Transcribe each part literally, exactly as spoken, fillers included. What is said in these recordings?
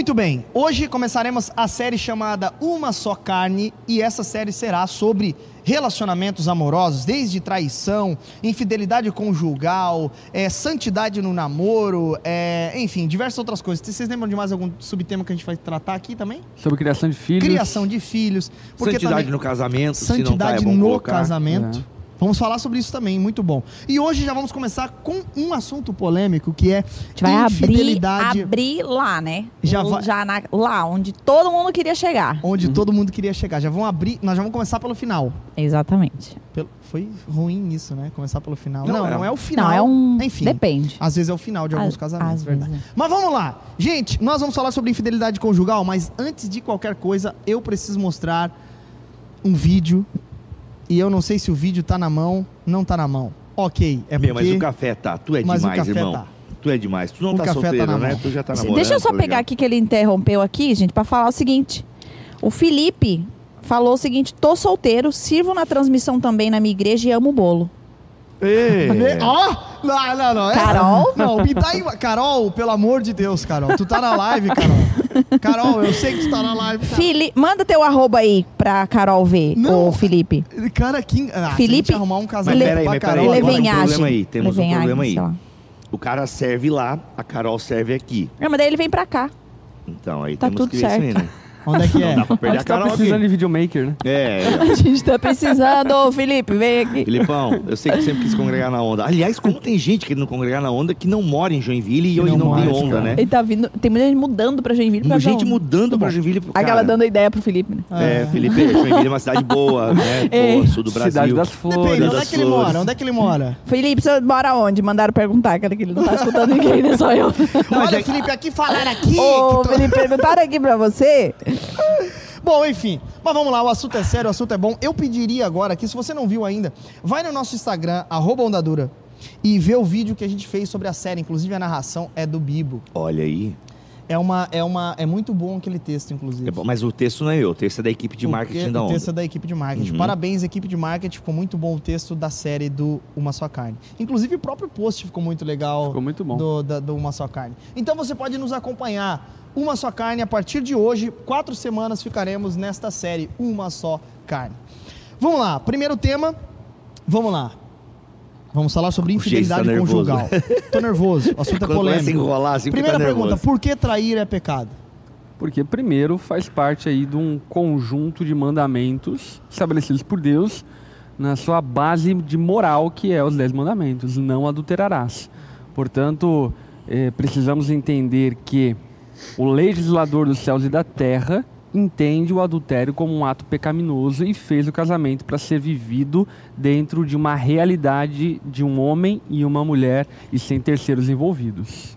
Muito bem, hoje começaremos a série chamada Uma Só Carne, e essa série será sobre relacionamentos amorosos, desde traição, infidelidade conjugal, é, santidade no namoro, é, enfim, diversas outras coisas. Vocês lembram de mais algum subtema que a gente vai tratar aqui também? Sobre criação de filhos. Criação de filhos. Porque santidade também, no casamento, santidade se não tá, é bom no colocar. casamento. É. Vamos falar sobre isso também, muito bom. E hoje já vamos começar com um assunto polêmico, que é A gente vai abrir, infidelidade. abrir lá, né? Já O- vai- já na- lá, onde todo mundo queria chegar. Onde Uhum. todo mundo queria chegar. Já vamos abrir, nós já vamos começar pelo final. Exatamente. Pelo- foi ruim isso, né? Começar pelo final. Não, Não, não, é- é o final. Não, é um... Enfim. Depende. Às vezes é o final de alguns Às- casamentos, às verdade. vezes Mas vamos lá. Gente, nós vamos falar sobre infidelidade conjugal, mas antes de qualquer coisa, eu preciso mostrar um vídeo. E eu não sei se o vídeo tá na mão, não tá na mão. Ok, é Meu, porque... mas o café tá. Tu é Mas o demais, café irmão. tá. Tu é demais. Tu não O tá café tá solteiro, na né? mão. Tu já tá Assim, namorando. deixa eu só tá pegar legal. aqui que ele interrompeu aqui, gente, pra falar o seguinte. O Felipe falou o seguinte: tô solteiro, sirvo na transmissão também na minha igreja e amo o bolo. É. Ó! Não, não, não. essa- Carol? Não, me dá aí... Carol, pelo amor de Deus, Carol. Tu tá na live, Carol. Carol, eu sei que tu tá na live, cara. Fili... Manda teu arroba aí pra Carol ver, Não. ô Felipe. Cara, que... Ah, Felipe- se a gente arrumar um Mas casamento peraí, pra mas Carol... peraí, agora- temos um Levenhagem. problema aí. Temos um Levenhagem, problema aí. sei lá. O cara serve lá, a Carol serve aqui. Não, mas daí ele vem pra cá. Então, aí Tá temos tudo que ver isso aí, certo. né? Onde é que é? Não dá pra A perder a gente tá Carol aqui. precisando de videomaker, né? É, A gente tá precisando, ô Felipe, vem aqui. Filipão, eu sei que tu sempre quis congregar na onda. Aliás, como tem gente querendo congregar na onda que não mora em Joinville e Que hoje não não tem mora, onda, cara. né? Ele tá vindo, tem muita gente mudando pra Joinville pra Gente onde? mudando pra bom. Joinville pro Aquela cara. dando ideia pro Felipe, né? É, Felipe, Joinville é uma cidade boa, né? É. Pô, sul do Brasil. Cidade das Flores. Depende, onde é das que ele flores. mora? Onde é que ele mora? Felipe, você mora onde? Mandaram perguntar, cara, que ele não tá escutando ninguém, né? Só eu. Olha, Felipe, aqui falaram aqui... Ô, que tu- Felipe, perguntaram aqui pra você. Bom, enfim, mas vamos lá, o assunto é sério, o assunto é bom. Eu pediria agora que, se você não viu ainda, vai no nosso Instagram, arroba Ondadura, e vê o vídeo que a gente fez sobre a série, inclusive a narração é do Bibo. Olha aí. É, uma, é, uma, é muito bom aquele texto, inclusive. É bom, mas o texto não é eu, o texto é da equipe de O marketing te- da O onda. texto é da equipe de marketing. Uhum. Parabéns, equipe de marketing, ficou muito bom o texto da série do Uma Só Carne. Inclusive o próprio post ficou muito legal. Ficou muito bom. Do, da- do Uma Só Carne. Então você pode nos acompanhar. Uma Só Carne, a partir de hoje, quatro semanas ficaremos nesta série Uma Só Carne. Vamos lá, primeiro tema, vamos lá. Vamos falar sobre O Geis infidelidade tá nervoso. conjugal. Tô nervoso, o assunto é Quando começa a polêmico. enrolar assim, porque Primeira tá pergunta, nervoso. por que trair é pecado? Porque, primeiro, faz parte aí de um conjunto de mandamentos estabelecidos por Deus na sua base de moral, que é os dez mandamentos. Não adulterarás. Portanto, eh, precisamos entender que o legislador dos céus e da terra entende o adultério como um ato pecaminoso e fez o casamento para ser vivido dentro de uma realidade de um homem e uma mulher e sem terceiros envolvidos.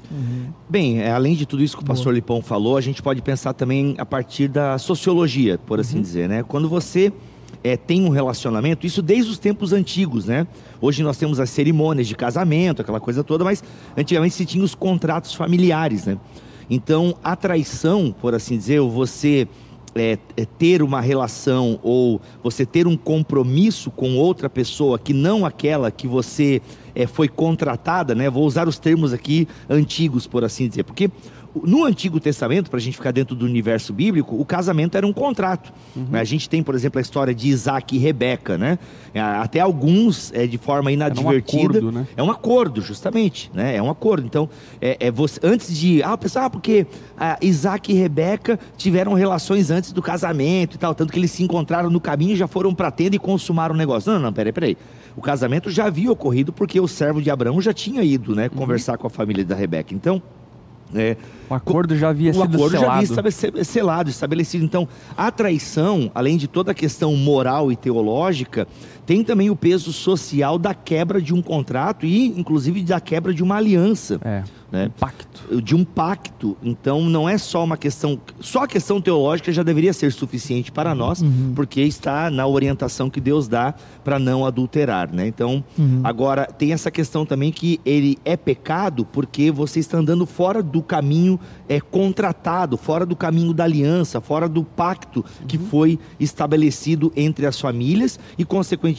Bem, é, além de tudo isso que o pastor Lipão falou, a gente pode pensar também a partir da sociologia, por assim dizer, né? Quando você é, tem um relacionamento, isso desde os tempos antigos, né? Hoje nós temos as cerimônias de casamento, aquela coisa toda, mas antigamente se tinha os contratos familiares, né? Então, a traição, por assim dizer, ou você é, é, ter uma relação ou você ter um compromisso com outra pessoa que não aquela que você é, foi contratada, né? Vou usar os termos aqui antigos, por assim dizer, porque no Antigo Testamento, para a gente ficar dentro do universo bíblico, o casamento era um contrato. Uhum. A gente tem, por exemplo, a história de Isaac e Rebeca, né? Até alguns, é, de forma inadvertida. Era um acordo, né? É um acordo, justamente, né? É um acordo. Então, é, é você, antes de... Ah, pessoal, ah, porque ah, Isaac e Rebeca tiveram relações antes do casamento e tal, tanto que eles se encontraram no caminho, já foram para a tenda e consumaram o negócio. Não, não, peraí, peraí. O casamento já havia ocorrido porque o servo de Abraão já tinha ido, né? Conversar uhum. com a família da Rebeca. Então... É, o acordo já havia o sido acordo selado. já havia sido selado, estabelecido. Então, a traição, além de toda a questão moral e teológica, tem também o peso social da quebra de um contrato e, inclusive, da quebra de uma aliança. É, né? um pacto. De um pacto. Então, não é só uma questão... Só a questão teológica já deveria ser suficiente para nós, uhum. porque está na orientação que Deus dá para não adulterar, né? Então, uhum. agora, tem essa questão também que ele é pecado porque você está andando fora do caminho é, contratado, fora do caminho da aliança, fora do pacto que uhum. foi estabelecido entre as famílias e, consequentemente,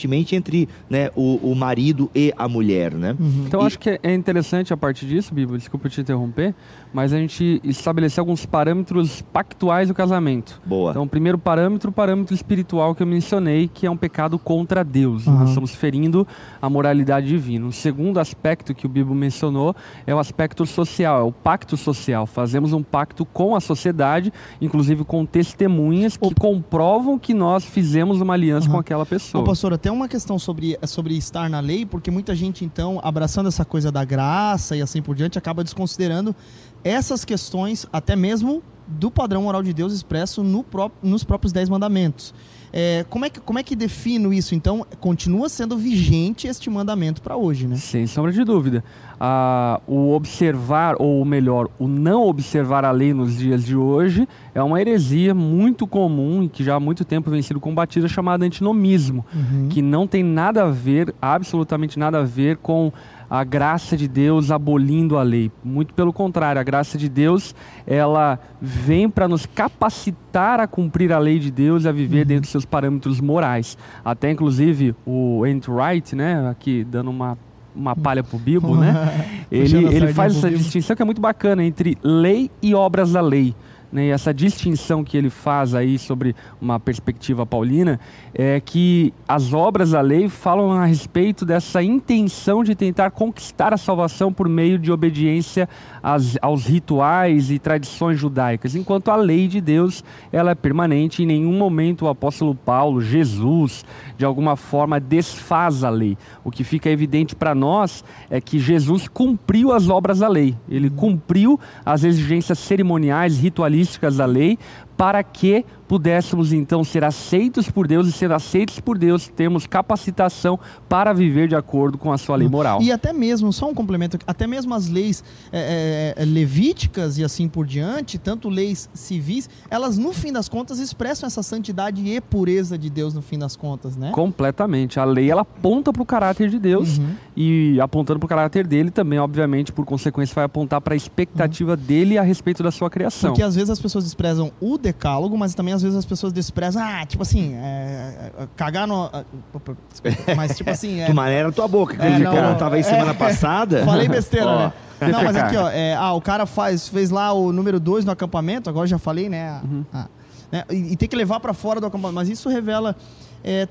consequentemente, entre, né, o, o marido e a mulher, né? Uhum. Então, E- acho que é interessante a partir disso, Bibo, desculpa te interromper, mas a gente estabelecer alguns parâmetros pactuais do casamento. Boa. Então, o primeiro parâmetro, o parâmetro espiritual que eu mencionei, que é um pecado contra Deus. Uhum. Nós estamos ferindo a moralidade divina. O segundo aspecto que o Bibo mencionou é o aspecto social, é o pacto social. Fazemos um pacto com a sociedade, inclusive com testemunhas que comprovam que nós fizemos uma aliança Uhum. com aquela pessoa. Ô, pastor, até uma questão sobre, sobre estar na lei, porque muita gente, então, abraçando essa coisa da graça e assim por diante, acaba desconsiderando essas questões, até mesmo do padrão moral de Deus expresso no pró- nos próprios Dez Mandamentos. É, como, é que, como é que defino isso? Então, continua sendo vigente este mandamento para hoje, né? Sem sombra de dúvida. Ah, o observar, ou melhor, o não observar a lei nos dias de hoje é uma heresia muito comum e que já há muito tempo vem sendo combatida, chamada antinomismo, Uhum. que não tem nada a ver, absolutamente nada a ver com a graça de Deus abolindo a lei. Muito pelo contrário, a graça de Deus, ela vem para nos capacitar a cumprir a lei de Deus e a viver dentro dos seus parâmetros morais. Até, inclusive, o Andrew Wright, né, aqui dando uma, uma palha pro Bibo, né, ele, Puxando a ele sardinha faz pro essa Bibo. distinção que é muito bacana entre lei e obras da lei. Né, e essa distinção que ele faz aí sobre uma perspectiva paulina é que as obras da lei falam a respeito dessa intenção de tentar conquistar a salvação por meio de obediência às, aos rituais e tradições judaicas, enquanto a lei de Deus ela é permanente. Em nenhum momento o apóstolo Paulo, Jesus, de alguma forma desfaz a lei. O que fica evidente para nós é que Jesus cumpriu as obras da lei, ele cumpriu as exigências cerimoniais, ritualísticas da lei, para que pudéssemos então ser aceitos por Deus, e ser aceitos por Deus, termos capacitação para viver de acordo com a sua lei moral. E até mesmo, só um complemento, até mesmo as leis é, é, levíticas e assim por diante, tanto leis civis, elas no fim das contas expressam essa santidade e pureza de Deus no fim das contas, né? Completamente. A lei ela aponta para o caráter de Deus, Uhum. e apontando para o caráter dele também, obviamente, por consequência, vai apontar para a expectativa dele a respeito da sua criação. Porque às vezes as pessoas desprezam o decálogo, mas também às vezes as pessoas desprezam, ah, tipo assim, é, é, cagar no... ah, opa, desculpa, mas tipo assim... É, Tu maneira a tua boca, que É, o não, Filipão não tava aí é, semana é, passada. falei besteira, Ó, né? Não, mas aqui, ó, é, ah, o cara faz, fez lá o número dois no acampamento, agora eu já falei, né? a- Uhum. a- né, e, e tem que levar pra fora do acampamento, mas isso revela é,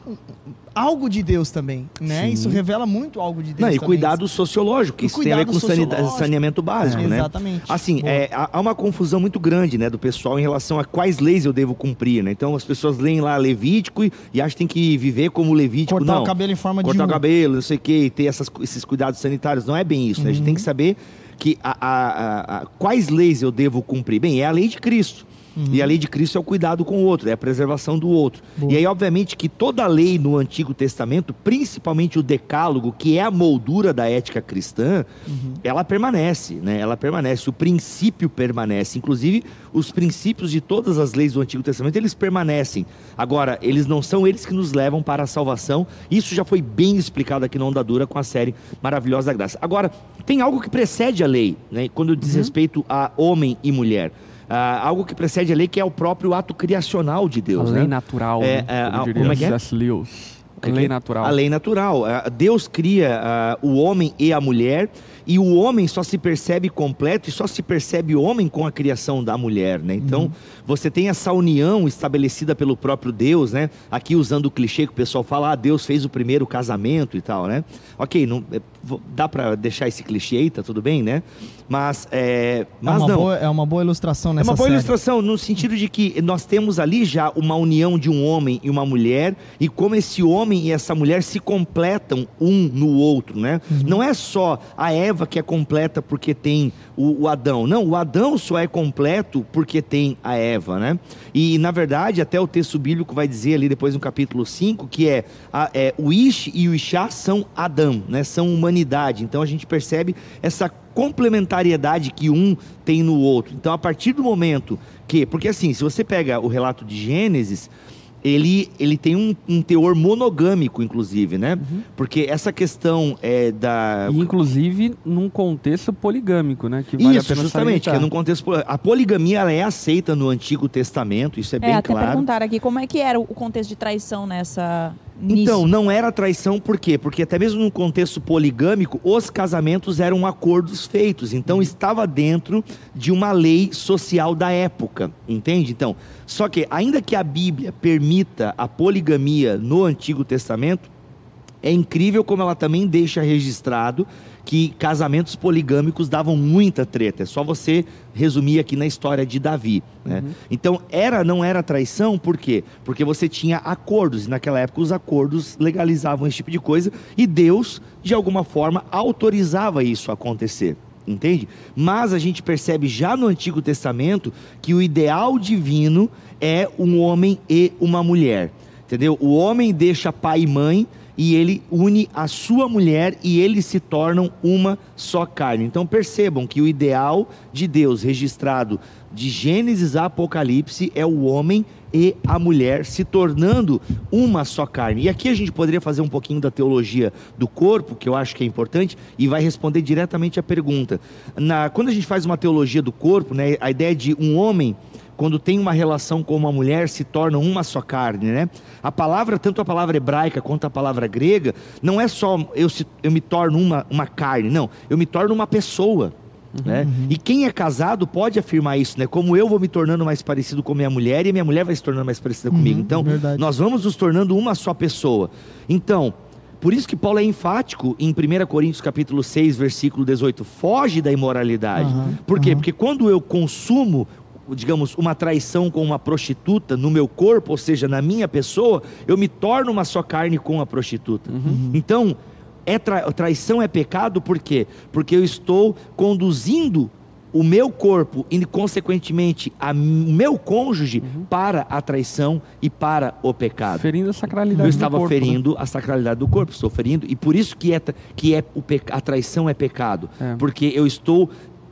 algo de Deus também, né? Sim. Isso revela muito algo de Deus Não, e também. cuidado sociológico, E isso tem a ver cuidado com sanida- sociológico. saneamento básico, É, né? exatamente. Assim, Boa. é, há há uma confusão muito grande, né, do pessoal em relação a quais leis eu devo cumprir, né? Então as pessoas leem lá Levítico e, e acham que tem que viver como Levítico. Cortar não. o cabelo em forma Cortar de o U. cabelo, não sei o que, ter essas, esses cuidados sanitários. Não é bem isso, né? A gente Uhum. tem que saber que a, a- a- a- quais leis eu devo cumprir. Bem, é a lei de Cristo. E a lei de Cristo é o cuidado com o outro, é a preservação do outro. Boa. E aí, obviamente, que toda lei no Antigo Testamento, principalmente o Decálogo, que é a moldura da ética cristã, ela permanece, né? Ela permanece, o princípio permanece. Inclusive, os princípios de todas as leis do Antigo Testamento, eles permanecem. Agora, eles não são eles que nos levam para a salvação. Isso já foi bem explicado aqui no Onda Dura com a série Maravilhosa da Graça. Agora, tem algo que precede a lei, né? Quando diz respeito a homem e mulher. Ah, algo que precede a lei, que é o próprio ato criacional de A Deus, lei né? natural, É, né? é, Como a- diria como é que é? C S. Lewis. A Que lei que- natural. A lei natural. Ah, Deus cria ah, o homem e a mulher, e o homem só se percebe completo e só se percebe homem com a criação da mulher, né? Então, você tem essa união estabelecida pelo próprio Deus, né? Aqui usando o clichê que o pessoal fala, ah, Deus fez o primeiro casamento e tal, né? Ok, não, é, vou- dá pra deixar esse clichê aí, tá tudo bem, né? Mas, é, É mas uma, não. boa, é uma boa ilustração É nessa uma boa série. ilustração no sentido de que nós temos ali já uma união de um homem e uma mulher, e como esse homem e essa mulher se completam um no outro, né? Não é só a Eva que é completa porque tem o, o Adão. Não, o Adão só é completo porque tem a Eva, né? E na verdade, até o texto bíblico vai dizer ali depois no capítulo cinco, que é, a- é o Ish e o Ishá são Adão, né? São humanidade. Então a gente percebe essa complementariedade que um tem no outro. Então, a partir do momento que... Porque assim, se você pega o relato de Gênesis, ele, ele tem um, um teor monogâmico, inclusive, né? Porque essa questão é da... E, inclusive, num contexto poligâmico, né? Que vale a Isso, pena justamente, que é salientar. num contexto... A poligamia, ela é aceita no Antigo Testamento, isso é É, bem até claro. perguntaram aqui como é que era o contexto de traição nessa, nisso? Então, não era traição, por quê? Porque até mesmo no contexto poligâmico, os casamentos eram acordos feitos. Então, estava dentro de uma lei social da época, entende? Então, só que, ainda que a Bíblia permita a poligamia no Antigo Testamento, é incrível como ela também deixa registrado que casamentos poligâmicos davam muita treta. É só você resumir aqui na história de Davi, né? Uhum. Então, era, não era traição, por quê? Porque você tinha acordos, e naquela época os acordos legalizavam esse tipo de coisa, e Deus, de alguma forma, autorizava isso a acontecer, entende? Mas a gente percebe já no Antigo Testamento que o ideal divino é um homem e uma mulher, entendeu? O homem deixa pai e mãe, e ele une a sua mulher e eles se tornam uma só carne. Então percebam que o ideal de Deus registrado de Gênesis a Apocalipse é o homem e a mulher se tornando uma só carne. E aqui a gente poderia fazer um pouquinho da teologia do corpo, que eu acho que é importante, e vai responder diretamente a pergunta. Na, quando a gente faz uma teologia do corpo, né, a ideia de um homem, quando tem uma relação com uma mulher, se torna uma só carne, né? A palavra, tanto a palavra hebraica quanto a palavra grega, não é só eu, se, eu me torno uma, uma carne, não, eu me torno uma pessoa, uhum, né? Uhum. E quem é casado pode afirmar isso, né? Como eu vou me tornando mais parecido com minha mulher e minha mulher vai se tornando mais parecida uhum, comigo. Então, verdade. Nós vamos nos tornando uma só pessoa. Então, por isso que Paulo é enfático em primeira Coríntios capítulo seis, versículo dezoito, foge da imoralidade. Uhum, Por quê? Uhum. Porque quando eu consumo, digamos, uma traição com uma prostituta no meu corpo, ou seja, na minha pessoa, eu me torno uma só carne com a prostituta. Uhum. Então, é tra traição é pecado por quê? Porque eu estou conduzindo o meu corpo e, consequentemente, a, o meu cônjuge uhum. para a traição e para o pecado. Ferindo a sacralidade do corpo. Eu estava ferindo né? a sacralidade do corpo, estou ferindo, e por isso que, é, que é o a traição é pecado, é. Porque eu estou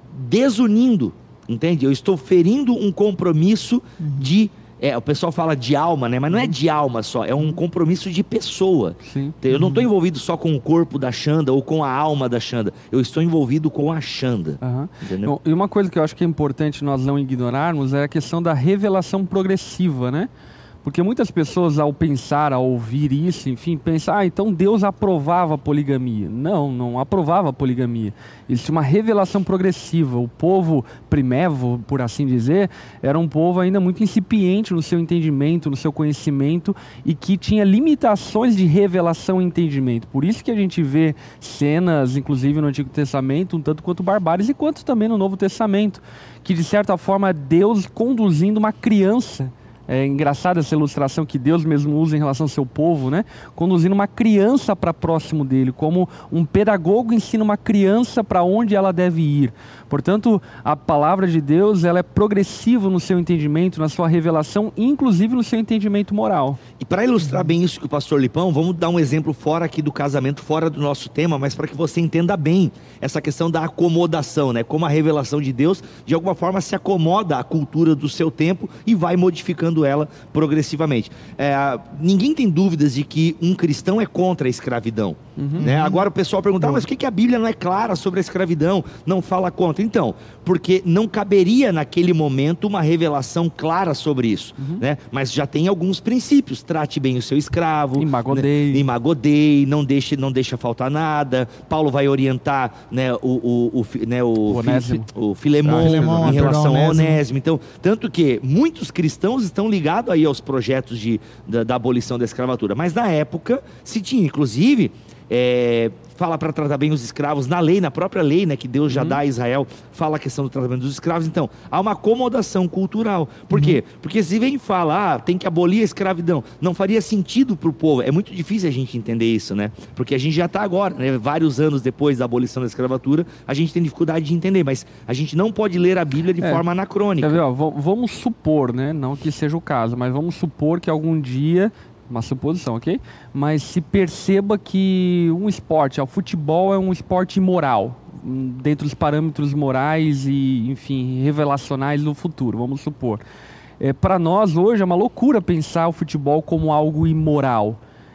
desunindo, entende? Eu estou ferindo um compromisso uhum. de... É, o pessoal fala de alma, né? Mas não é de alma só, é um compromisso de pessoa. Sim. Eu não estou envolvido só com o corpo da Xanda ou com a alma da Xanda. Eu estou envolvido com a Xanda. Uhum. Entendeu? E uma coisa que eu acho que é importante nós não ignorarmos é a questão da revelação progressiva, né? Porque muitas pessoas, ao pensar, ao ouvir isso, enfim, pensam, ah, então Deus aprovava a poligamia. Não, não aprovava a poligamia. Existe uma revelação progressiva. O povo primevo, por assim dizer, era um povo ainda muito incipiente no seu entendimento, no seu conhecimento, e que tinha limitações de revelação e entendimento. Por isso que a gente vê cenas, inclusive no Antigo Testamento, um tanto quanto barbáries, e quanto também no Novo Testamento, que de certa forma Deus conduzindo uma criança. É engraçada essa ilustração que Deus mesmo usa em relação ao seu povo, né? Conduzindo uma criança para próximo dele, como um pedagogo ensina uma criança para onde ela deve ir. Portanto, a palavra de Deus, ela é progressiva no seu entendimento, na sua revelação, inclusive no seu entendimento moral. E para ilustrar bem isso que o pastor Lipão, vamos dar um exemplo fora aqui do casamento, fora do nosso tema, mas para que você entenda bem essa questão da acomodação, né? Como a revelação de Deus, de alguma forma, se acomoda à cultura do seu tempo e vai modificando ela progressivamente. É, ninguém tem dúvidas de que um cristão é contra a escravidão. Uhum. Né? Agora o pessoal pergunta, ah, mas por que a Bíblia não é clara sobre a escravidão? Não fala contra? Então, porque não caberia naquele momento uma revelação clara sobre isso. Uhum. Né? Mas já tem alguns princípios. Trate bem o seu escravo. Imagodei. Né? Imagodei, não deixe, não deixe faltar nada. Paulo vai orientar, né, o, o, o, né, o, Onésimo. o Filemon, ah, Filemon em relação ao Onésimo. Onésimo. Então, tanto que muitos cristãos estão ligados aí aos projetos de, da, da abolição da escravatura. Mas na época se tinha, inclusive... É, fala para tratar bem os escravos, na lei, na própria lei, né, que Deus já uhum. dá a Israel, fala a questão do tratamento dos escravos. Então, há uma acomodação cultural. Por uhum. quê? Porque se vem falar, ah, tem que abolir a escravidão, não faria sentido para o povo. É muito difícil a gente entender isso, né? Porque a gente já está agora, né, vários anos depois da abolição da escravatura, a gente tem dificuldade de entender, mas a gente não pode ler a Bíblia de é, forma anacrônica. Quer ver, ó, vamos supor, né, não que seja o caso, mas vamos supor que algum dia... uma suposição, ok? Mas se perceba que um esporte, o futebol é um esporte imoral, dentro dos parâmetros morais e, enfim, revelacionais do futuro, vamos supor. É, para nós hoje é uma loucura pensar o futebol como algo imoral.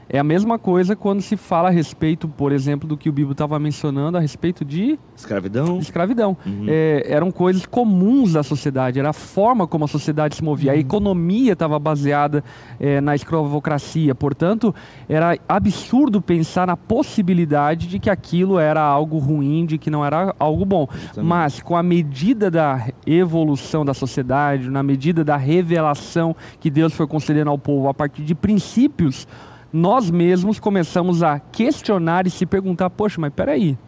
É a mesma coisa quando se fala a respeito, por exemplo, do que o Bíblia estava mencionando a respeito de Escravidão. escravidão. Uhum. É, eram coisas comuns da sociedade, era a forma como a sociedade se movia. Uhum. A economia estava baseada é, na escravocracia. Portanto, era absurdo pensar na possibilidade de que aquilo era algo ruim, de que não era algo bom. Justamente. Mas, com a medida da evolução da sociedade, na medida da revelação que Deus foi concedendo ao povo a partir de princípios, nós mesmos começamos a questionar e se perguntar, poxa, mas peraí,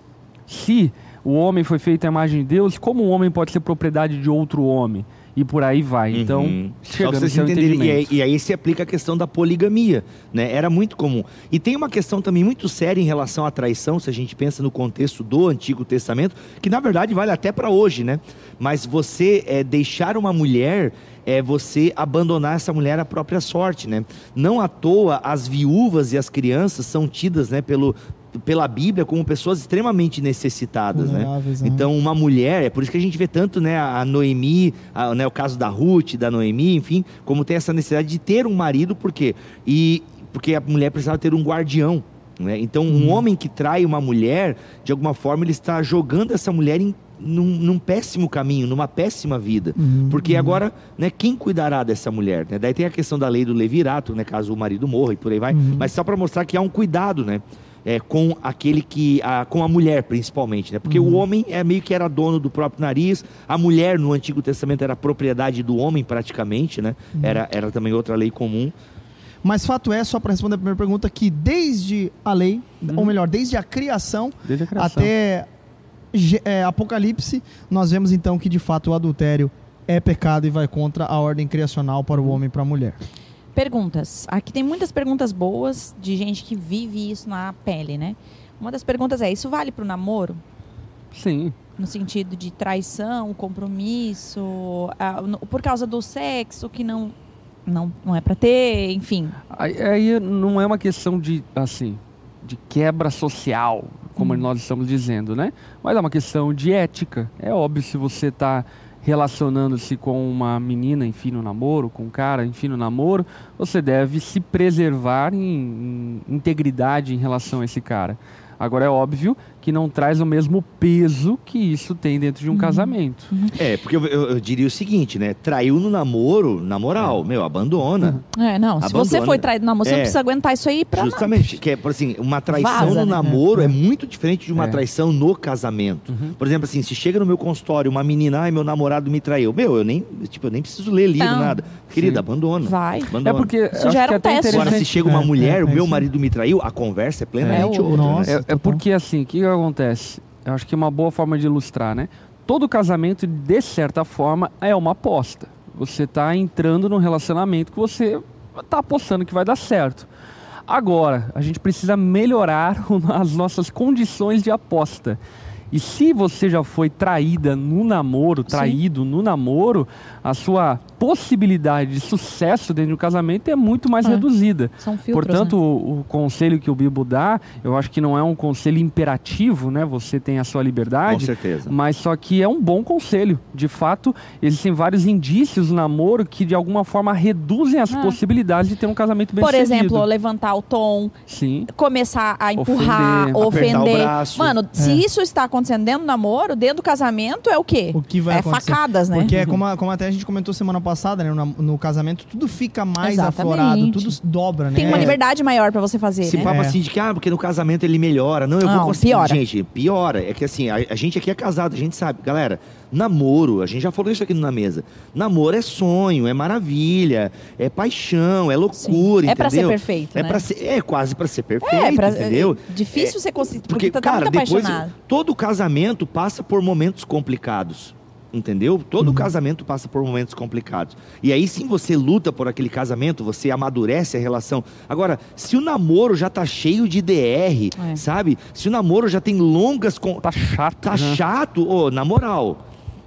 se o homem foi feito à imagem de Deus, como o homem pode ser propriedade de outro homem? E por aí vai. Então, Uhum. chega Só pra no vocês seu entenderem. E aí, entendimento. e aí se aplica a questão da poligamia, né? Era muito comum. E tem uma questão também muito séria em relação à traição, se a gente pensa no contexto do Antigo Testamento, que na verdade vale até para hoje, né? Mas você é, deixar uma mulher é você abandonar essa mulher à própria sorte, né? Não à toa as viúvas e as crianças são tidas, né, pelo pela Bíblia como pessoas extremamente necessitadas, né? Vulneráveis, né? Então uma mulher, é por isso que a gente vê tanto, né, a Noemi, a, né, o caso da Ruth, da Noemi, enfim, como tem essa necessidade de ter um marido, por quê? E porque a mulher precisava ter um guardião, né? Então um homem que trai uma mulher, de alguma forma ele está jogando essa mulher em Num, num péssimo caminho, numa péssima vida. Uhum, Porque uhum. agora, né, quem cuidará dessa mulher? Né? Daí tem a questão da lei do levirato, né, caso o marido morra e por aí vai. Uhum. Mas só para mostrar que há um cuidado, né, é, com aquele que, a, com a mulher principalmente, né? Porque Uhum. o homem é meio que era dono do próprio nariz, a mulher no Antigo Testamento era propriedade do homem praticamente, né? Uhum. Era, era também outra lei comum. Mas fato é, só para responder a primeira pergunta, que desde a lei, Uhum. ou melhor, desde a criação, Desde a criação. até Ge- é, Apocalipse, nós vemos então que de fato o adultério é pecado e vai contra a ordem criacional para o homem e para a mulher. Perguntas. Aqui tem muitas perguntas boas de gente que vive isso na pele, né? Uma das perguntas é, isso vale para o namoro? Sim. No sentido de traição, compromisso, ah, no- por causa do sexo que não, não, não é para ter, enfim. Aí, aí não é uma questão de, assim, de quebra social, como nós estamos dizendo, né? Mas é uma questão de ética. É óbvio, se você está relacionando-se com uma menina, enfim, no namoro, com um cara, enfim, no namoro, você deve se preservar em, em integridade em relação a esse cara. Agora, é óbvio que não traz o mesmo peso que isso tem dentro de um casamento. É, porque eu, eu- eu diria o seguinte, né? Traiu no namoro, na moral, meu, abandona. É, não, se Abandona. você foi traído no namoro, você É. não precisa aguentar isso aí pra Justamente, que é, por assim, uma traição Vaza, no né? namoro É, é, é. muito diferente de uma É. traição no casamento. Por exemplo, assim, se chega no meu consultório uma menina, ai, meu namorado me traiu. Meu, eu nem, tipo, eu nem preciso ler livro, Não. nada. Querida, Sim. abandona. Vai. Abandona. É porque Isso acho já era que é um até teste. Agora, se interessante. chega uma É, mulher, é, o é meu isso. marido me traiu, a conversa é plenamente É, outra. nossa. Né? É, é porque assim, o que, que acontece? Eu acho que é uma boa forma de ilustrar, né? Todo casamento, de certa forma, é uma aposta. Você está entrando num relacionamento que você está apostando que vai dar certo. Agora, a gente precisa melhorar as nossas condições de aposta. E se você já foi traída no namoro, traído no namoro, a sua possibilidade de sucesso dentro do casamento é muito mais É. reduzida. São filtros, Portanto, né? o, o conselho que o Bibo dá, eu acho que não é um conselho imperativo, né? Você tem a sua Com liberdade, certeza. mas só que é um bom conselho. De fato, existem vários indícios no namoro que de alguma forma reduzem as Ah. possibilidades de ter um casamento bem Por sucedido. exemplo, levantar o tom, Sim. começar a empurrar, Ofender, apertar o ofender. braço. Mano, se É. isso está acontecendo dentro do namoro, dentro do casamento, é o quê? O que vai é acontecer? facadas, né? Porque é como, a- como até a gente comentou semana passada, né? No, no casamento, tudo fica mais Exatamente. aflorado, tudo dobra, né? Tem uma É. liberdade maior pra você fazer, Esse né? papo É. assim de que, ah, porque no casamento ele melhora. Não, eu Não, vou conseguir. piora. Gente, piora. É que assim, a, a gente aqui é casado, a gente sabe. Galera, namoro, a gente já falou isso aqui na mesa. Namoro é sonho, é maravilha, é paixão, é loucura, Sim. É pra ser entendeu? perfeito, É né? pra ser, é quase pra ser perfeito, É, pra- entendeu? é difícil você conseguir, porque, Porque, tá, tá cara, muito depois apaixonado. todo casamento passa por momentos complicados. Entendeu? Todo Uhum. casamento passa por momentos complicados. E aí sim você luta por aquele casamento, você amadurece a relação. Agora, se o namoro já tá cheio de D R, É. sabe? Se o namoro já tem longas... Con... Tá chato, Tá né? chato, ô, na moral.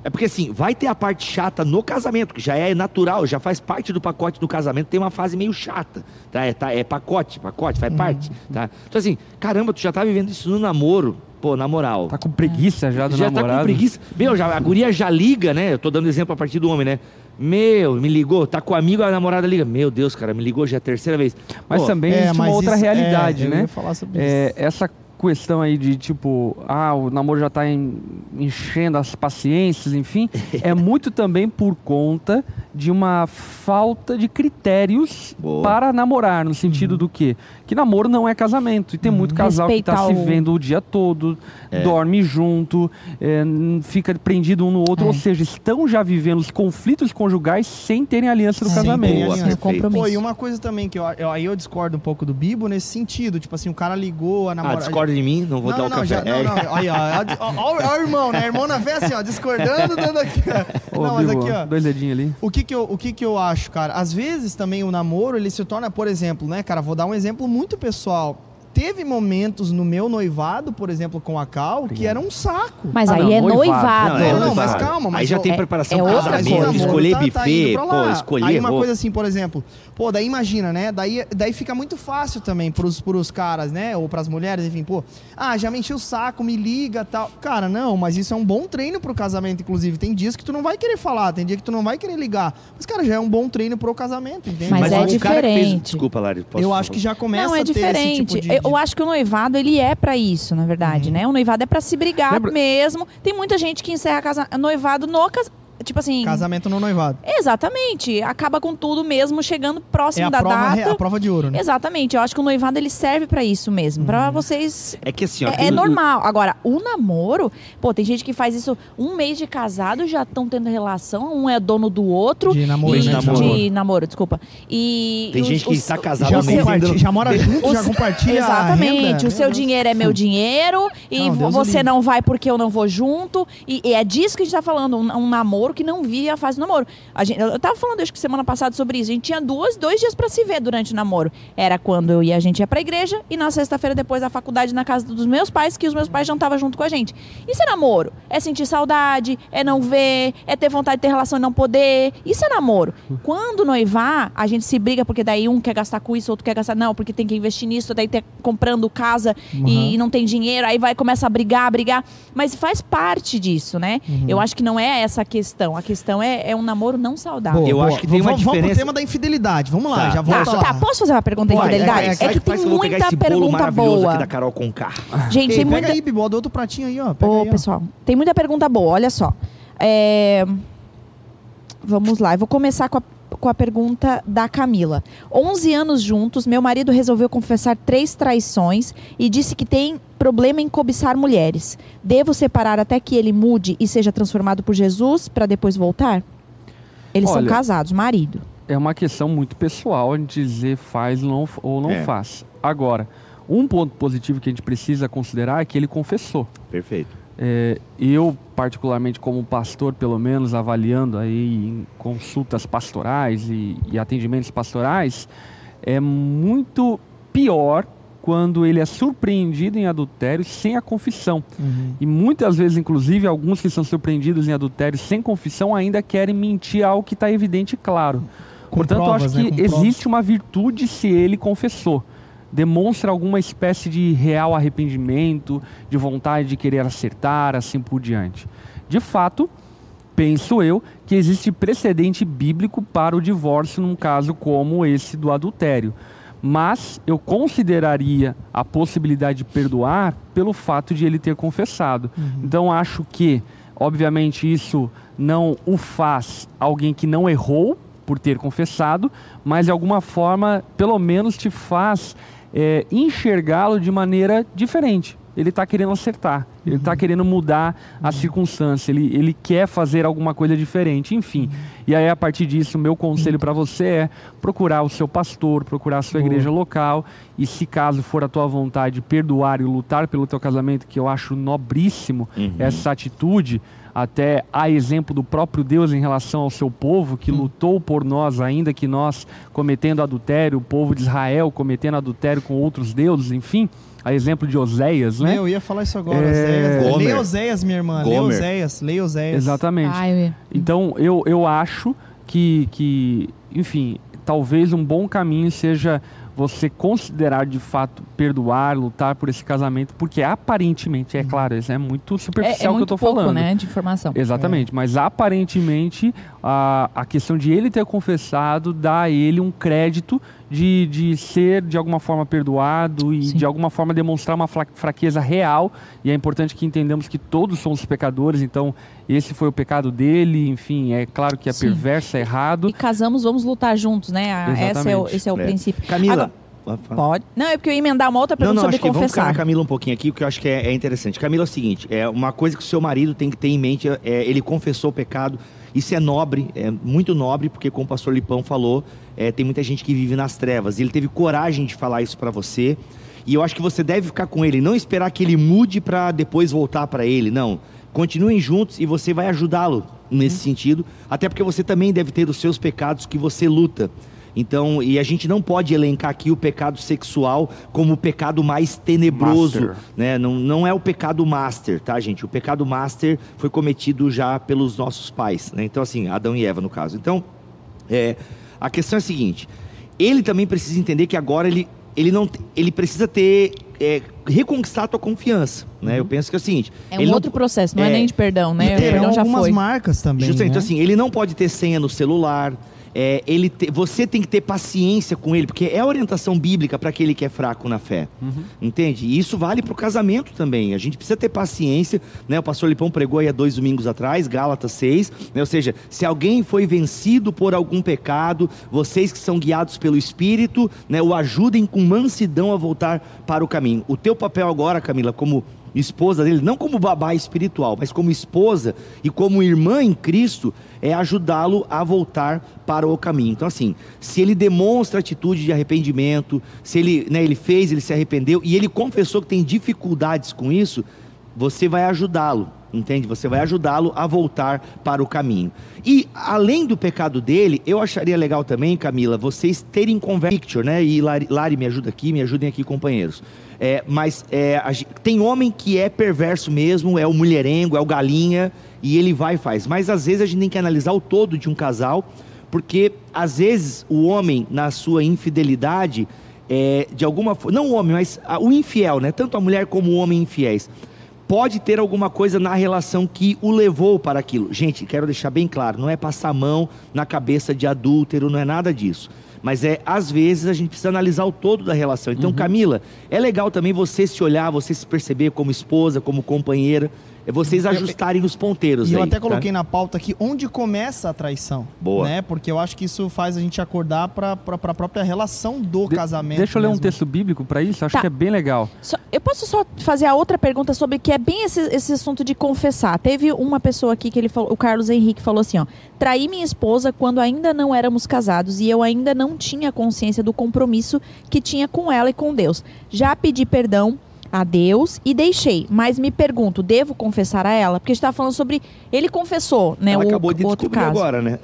É porque assim, vai ter a parte chata no casamento, que já é natural, já faz parte do pacote do casamento, tem uma fase meio chata, tá? É, tá, é pacote, pacote, faz uhum. parte, tá? Então assim, caramba, tu já tá vivendo isso no namoro, pô, na moral. Tá com preguiça já do já namorado? Já tá com preguiça. Meu, já, a guria já liga, né? Eu tô dando exemplo a partir do homem, né? Meu, me ligou, tá com o amigo, a namorada liga. Meu Deus, cara, me ligou já é a terceira vez. Mas pô, também é, existe uma outra isso, realidade, é, né? Eu ia falar sobre é, isso. Essa questão aí de tipo, ah, o namoro já está enchendo as paciências, enfim, é muito também por conta de uma falta de critérios Boa. para namorar, no sentido uhum. do quê? Que namoro não é casamento, e tem muito uhum. casal Respeitar que está o... se vendo o dia todo, é. dorme junto, é, fica prendido um no outro, é. ou seja, estão já vivendo os conflitos conjugais sem terem aliança no sem casamento. Aliança. Pô, e uma coisa também que eu, eu, aí eu discordo um pouco do Bibo nesse sentido, tipo assim, o cara ligou, a namorada... Ah, discorda de mim? Não vou não, dar o não, café. Já, não, não, aí, ó, ó, ó, ó, o irmão, né? Irmão na fé, assim, ó, discordando, dando aqui. Ó. Ô, não, mas Bibo, aqui, ó. Dois dedinhos ali. O que que, eu, o que que eu acho, cara? Às vezes também o namoro, ele se torna, por exemplo, né, cara? Vou dar um exemplo muito pessoal. Teve momentos no meu noivado, por exemplo, com a Cal, que era um saco. Mas ah, aí não, é noivado. noivado. Não, é, não, mas calma. Mas aí já eu, tem é, preparação é para outra casamento, coisa. escolher tá, buffet, tá pô, escolher Aí uma roupa. coisa assim, por exemplo, pô, daí imagina, né? Daí, daí fica muito fácil também pros, pros caras, né? Ou pras mulheres, enfim, pô. Ah, já me enchi o saco, me liga e tal. Cara, não, mas isso é um bom treino pro casamento, inclusive. Tem dias que tu não vai querer falar, tem dia que tu não vai querer ligar. Mas, cara, já é um bom treino pro casamento, entende? Mas, mas é o diferente. Cara que fez... Desculpa, Lari, posso Eu falar? acho que já começa não, é a ter diferente. esse tipo de... Eu acho que o noivado, ele é pra isso, na verdade, uhum. né? O noivado é pra se brigar Lembra... mesmo. Tem muita gente que encerra casa... noivado no casamento. Tipo assim... Casamento no noivado. Exatamente. Acaba com tudo mesmo, chegando próximo é a da prova, data. É a prova de ouro, né? Exatamente. Eu acho que o noivado, ele serve pra isso mesmo. Uhum. Pra vocês... É que assim... Ó, é, é normal. Agora, o namoro... Pô, tem gente que faz isso um mês de casado, já estão tendo relação. Um é dono do outro. De namoro, e, né? De namoro, namoro desculpa. E... Tem os, gente que os, está casado já, mesmo. compartilha, já mora junto, os, já compartilha Exatamente. a renda. O seu Deus. dinheiro é meu dinheiro. E não, você não vai porque eu não vou junto. E, e é disso que a gente tá falando. Um, um namoro que não vive a fase do namoro. A gente, eu tava falando, acho que semana passada sobre isso. A gente tinha duas, dois dias pra se ver durante o namoro. Era quando eu ia, a gente ia pra igreja, e na sexta-feira depois da faculdade na casa dos meus pais, que os meus pais jantavam junto com a gente. Isso é namoro. É sentir saudade, é não ver, é ter vontade de ter relação e não poder. Isso é namoro. Quando noivar, a gente se briga porque daí um quer gastar com isso, outro quer gastar... Não, porque tem que investir nisso, daí tá comprando casa uhum. e não tem dinheiro, aí vai começa a brigar, a brigar. Mas faz parte disso, né? Uhum. Eu acho que não é essa a questão. A questão é, é um namoro não saudável. Boa, eu boa. acho que tem vamos, uma diferença... Vamos pro tema da infidelidade. Vamos lá, tá, já volta tá, lá. Tá, posso fazer uma pergunta da infidelidade? É, é, é que tem muita pergunta boa. Aqui da Carol Conká. Gente, Ei, tem pega muita... aí, Bibo, do outro pratinho aí, ó. Pega Ô, aí, ó. pessoal, tem muita pergunta boa, olha só. É... Vamos lá, eu vou começar com a, com a pergunta da Camila. onze anos juntos, meu marido resolveu confessar três traições e disse que tem problema em cobiçar mulheres. Devo separar até que ele mude e seja transformado por Jesus para depois voltar? Eles Olha, são casados, marido. É uma questão muito pessoal a gente dizer faz não, ou não é. faz. Agora, um ponto positivo que a gente precisa considerar é que ele confessou. Perfeito. É, eu, particularmente como pastor, pelo menos avaliando aí em consultas pastorais e, e atendimentos pastorais, é muito pior quando ele é surpreendido em adultério sem a confissão. Uhum. E muitas vezes, inclusive, alguns que são surpreendidos em adultério sem confissão ainda querem mentir algo que está evidente e claro. Com Portanto, provas, eu acho que né? existe provas. uma virtude se ele confessou. Demonstra alguma espécie de real arrependimento, de vontade de querer acertar, assim por diante. De fato, penso eu que existe precedente bíblico para o divórcio num caso como esse do adultério. Mas eu consideraria a possibilidade de perdoar pelo fato de ele ter confessado. Uhum. Então acho que, obviamente, isso não o faz alguém que não errou por ter confessado, mas de alguma forma, pelo menos te faz é, enxergá-lo de maneira diferente. Ele está querendo acertar, uhum. ele está querendo mudar a uhum. circunstância, ele, ele quer fazer alguma coisa diferente, enfim. Uhum. E aí, a partir disso, o meu conselho para você é procurar o seu pastor, procurar a sua Boa. igreja local, e se caso for a tua vontade, perdoar e lutar pelo teu casamento, que eu acho nobríssimo uhum. essa atitude, até a exemplo do próprio Deus em relação ao seu povo, que uhum. lutou por nós, ainda que nós cometendo adultério, o povo de Israel cometendo adultério com outros deuses, enfim... a exemplo de Oséias, né? Eu ia falar isso agora, É... Oséias. Gomer. Leia Oséias, minha irmã. Leia Gomer. Oséias, leia Oséias. Exatamente. Ai, Então, eu, eu acho que, que, enfim, talvez um bom caminho seja você considerar de fato perdoar, lutar por esse casamento, porque aparentemente, é claro, isso é muito é, superficial é que eu tô muito pouco, falando. né, de informação. Exatamente, mas aparentemente a, a questão de ele ter confessado dá a ele um crédito de, de ser de alguma forma perdoado e Sim. de alguma forma demonstrar uma fra- fraqueza real, e é importante que entendamos que todos somos pecadores, então esse foi o pecado dele, enfim, é claro que é Sim. perverso, é errado. E casamos, vamos lutar juntos, né? A- Esse é o, esse é o É. princípio. Camila, Agora, pode? Não, é porque eu ia emendar uma outra Não, pergunta não, sobre acho que vamos ficar confessar. na Camila um pouquinho aqui, porque eu acho que é, é interessante. Camila, é o seguinte, é uma coisa que o seu marido tem que ter em mente, é, ele confessou o pecado, isso é nobre, é muito nobre, porque como o pastor Lipão falou, é, tem muita gente que vive nas trevas, ele teve coragem de falar isso pra você, e eu acho que você deve ficar com ele, não esperar que ele mude pra depois voltar pra ele, não. Continuem juntos e você vai ajudá-lo nesse sentido, até porque você também deve ter os seus pecados que você luta. Então, e a gente não pode elencar aqui o pecado sexual como o pecado mais tenebroso, Master. né? Não, não é o pecado master, tá, gente? O pecado master foi cometido já pelos nossos pais, né? Então, assim, Adão e Eva, no caso. Então, é, a questão é a seguinte, ele também precisa entender que agora ele, ele, não, ele precisa ter, é, reconquistar a tua confiança, né? Eu penso que é o seguinte... É um ele outro não, processo, não é, é, nem de perdão, né? E O terão perdão já algumas foi. marcas também, Justamente, né? assim, ele não pode ter senha no celular, é, ele te- você tem que ter paciência com ele, porque é a orientação bíblica para aquele que é fraco na fé, entende? E isso vale para o casamento também, a gente precisa ter paciência, né? O pastor Lipão pregou aí há dois domingos atrás, Gálatas seis, né? Ou seja, se alguém foi vencido por algum pecado, vocês que são guiados pelo Espírito, né, o ajudem com mansidão a voltar para o caminho. O teu papel agora, Camila, como esposa dele, não como babá espiritual, mas como esposa e como irmã em Cristo, é ajudá-lo a voltar para o caminho. Então, assim, se ele demonstra atitude de arrependimento, se ele, né, ele fez, ele se arrependeu e ele confessou que tem dificuldades com isso, você vai ajudá-lo, entende? Você vai ajudá-lo a voltar para o caminho. E, além do pecado dele, eu acharia legal também, Camila, vocês terem conversa, picture, né? E Lari, Lari, me ajuda aqui, me ajudem aqui, companheiros. É, mas é, a gente, tem homem que é perverso mesmo, é o mulherengo, é o galinha, e ele vai e faz. Mas, às vezes, a gente tem que analisar o todo de um casal, porque, às vezes, o homem, na sua infidelidade, é, de alguma forma, não o homem, mas a, o infiel, né? Tanto a mulher como o homem infiéis, pode ter alguma coisa na relação que o levou para aquilo. Gente, quero deixar bem claro, não é passar a mão na cabeça de adúltero, não é nada disso. Mas é, às vezes, a gente precisa analisar o todo da relação. Então, uhum. Camila, é legal também você se olhar, você se perceber como esposa, como companheira, é vocês ajustarem os ponteiros. E aí, eu até coloquei tá? na pauta aqui onde começa a traição. Boa. Né? Porque eu acho que isso faz a gente acordar para a própria relação do De- casamento. Deixa eu ler um mesmo. texto bíblico para isso, acho Tá. que é bem legal. Só- eu posso só fazer a outra pergunta sobre que é bem esse, esse assunto de confessar. Teve uma pessoa aqui que ele falou, o Carlos Henrique falou assim, ó, traí minha esposa quando ainda não éramos casados e eu ainda não tinha consciência do compromisso que tinha com ela e com Deus. Já pedi perdão a Deus e deixei, mas me pergunto, devo confessar a ela? Porque a gente tá falando sobre, ele confessou, né, Ela o acabou de o outro descobrir caso. agora, né?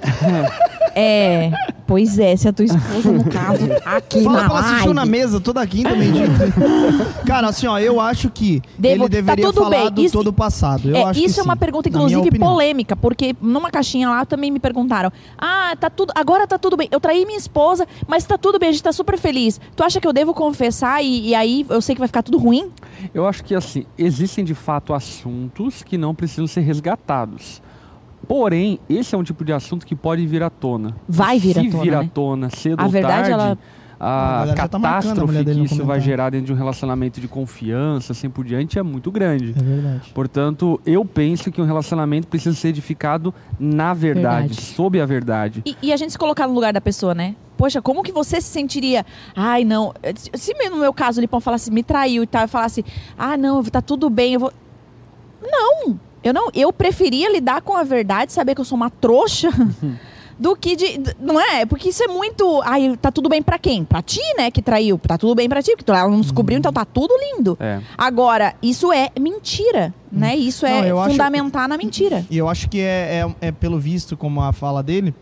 É, pois é, se a tua esposa, no caso, aqui Fala na pra ela assistiu na live. mesa toda quinta, meio-dia. Cara, assim, ó, eu acho que Devo- ele deveria tá tudo falar bem. do Isso- todo o passado. Eu É, acho que isso é uma sim, pergunta, na minha inclusive, opinião. polêmica, porque numa caixinha lá também me perguntaram: ah, tá tudo, agora tá tudo bem. Eu traí minha esposa, mas tá tudo bem, a gente tá super feliz. Tu acha que eu devo confessar e, e aí eu sei que vai ficar tudo ruim? Eu acho que assim, existem de fato assuntos que não precisam ser resgatados. Porém, esse é um tipo de assunto que pode vir à tona. Vai vir à Se tona, vir à né? tona cedo A ou verdade, tarde, ela- A a galera já tá marcando a catástrofe mulher dele que no isso vai comentário. gerar dentro de um relacionamento de confiança, assim por diante, é muito grande. É verdade. Portanto, eu penso que um relacionamento precisa ser edificado na verdade, Verdade. sob a verdade. E, e a gente se colocar no lugar da pessoa, né? Poxa, como que você se sentiria? Ai, não. Se no meu caso o Lipão falasse, me traiu e tal, eu falasse, ah, não, tá tudo bem, eu vou. Não! Eu não, eu preferia lidar com a verdade, saber que eu sou uma trouxa, do que de. d- Não é? Porque isso é muito. Ai, tá tudo bem pra quem? Pra ti, né? Que traiu. Tá tudo bem pra ti, porque tu- ela não descobriu, então tá tudo lindo. É. Agora, isso é mentira, né? Isso Não, é eu acho- fundamentar na mentira. E eu acho que é, é, é pelo visto, como a fala dele,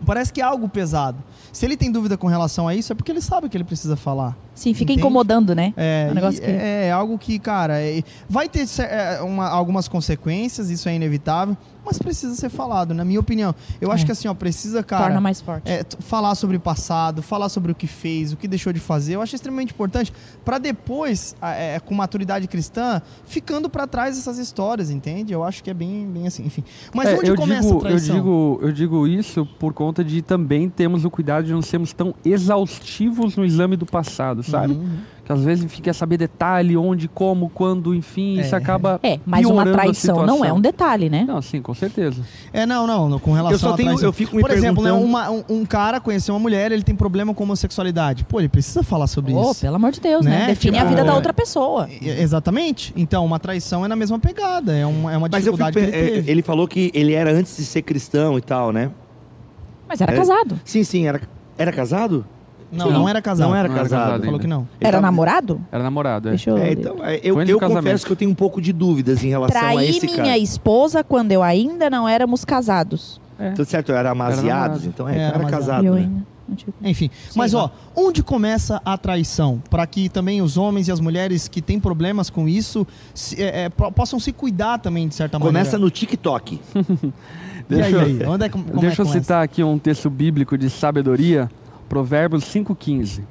Parece que é algo pesado. Se ele tem dúvida com relação a isso, é porque ele sabe que ele precisa falar. Sim, fica Entende? incomodando, né? É, um negócio e que... é, é algo que, cara, é, vai ter é, uma, algumas consequências, isso é inevitável, mas precisa ser falado, na minha opinião. Eu acho É. que assim, ó, precisa, cara... Torna mais forte. É, t- falar sobre o passado, falar sobre o que fez, o que deixou de fazer, eu acho extremamente importante para depois, a- é, com maturidade cristã, ficando para trás essas histórias, entende? Eu acho que é bem, bem assim, enfim. Mas É, onde eu começa digo, a traição? Eu digo, eu digo isso por conta de também termos o cuidado de não sermos tão exaustivos no exame do passado, sabe? Uhum. Que às vezes fica saber detalhe, onde, como, quando, enfim, É. isso acaba É, mas uma piorando a traição não é situação. um detalhe, né? Não, sim, com certeza. É, não, não, não, com relação Eu só à tenho- traição. eu fico me Por exemplo, né, perguntando- uma- um, um cara conheceu uma mulher, ele tem problema com homossexualidade. Pô, ele precisa falar sobre Oh, isso. pelo amor de Deus, né? Né? Define Tipo, a vida da é- outra pessoa. E- Exatamente. Então, uma traição é na mesma pegada, é uma, é uma Mas eu fico, dificuldade que ele é, teve. ele falou que ele era antes de ser cristão e tal, né? Mas era É. casado. Sim, sim, era, era casado? Não, Sim. não era casado. Não era Não era casado. casado Ele falou ainda. que não. Ele Era tava- namorado? Era namorado, é. Deixa eu... É, então, é, eu, Foi antes eu do casamento. confesso que eu tenho um pouco de dúvidas em relação a Traí esse minha cara. esposa quando eu ainda não éramos casados. É. Tudo certo, era amaziados, namorado. então é, É, era, era amaziado. casado, eu né? ainda. não tive- Enfim, mas ó, onde começa a traição? Para que também os homens e as mulheres que têm problemas com isso se- é, é, po- possam se cuidar também, de certa Começa maneira. no TikTok. E aí, Deixa eu- aí? Onde é, que- como é que Deixa eu começa? citar aqui um texto bíblico de sabedoria, Provérbios cinco, quinze.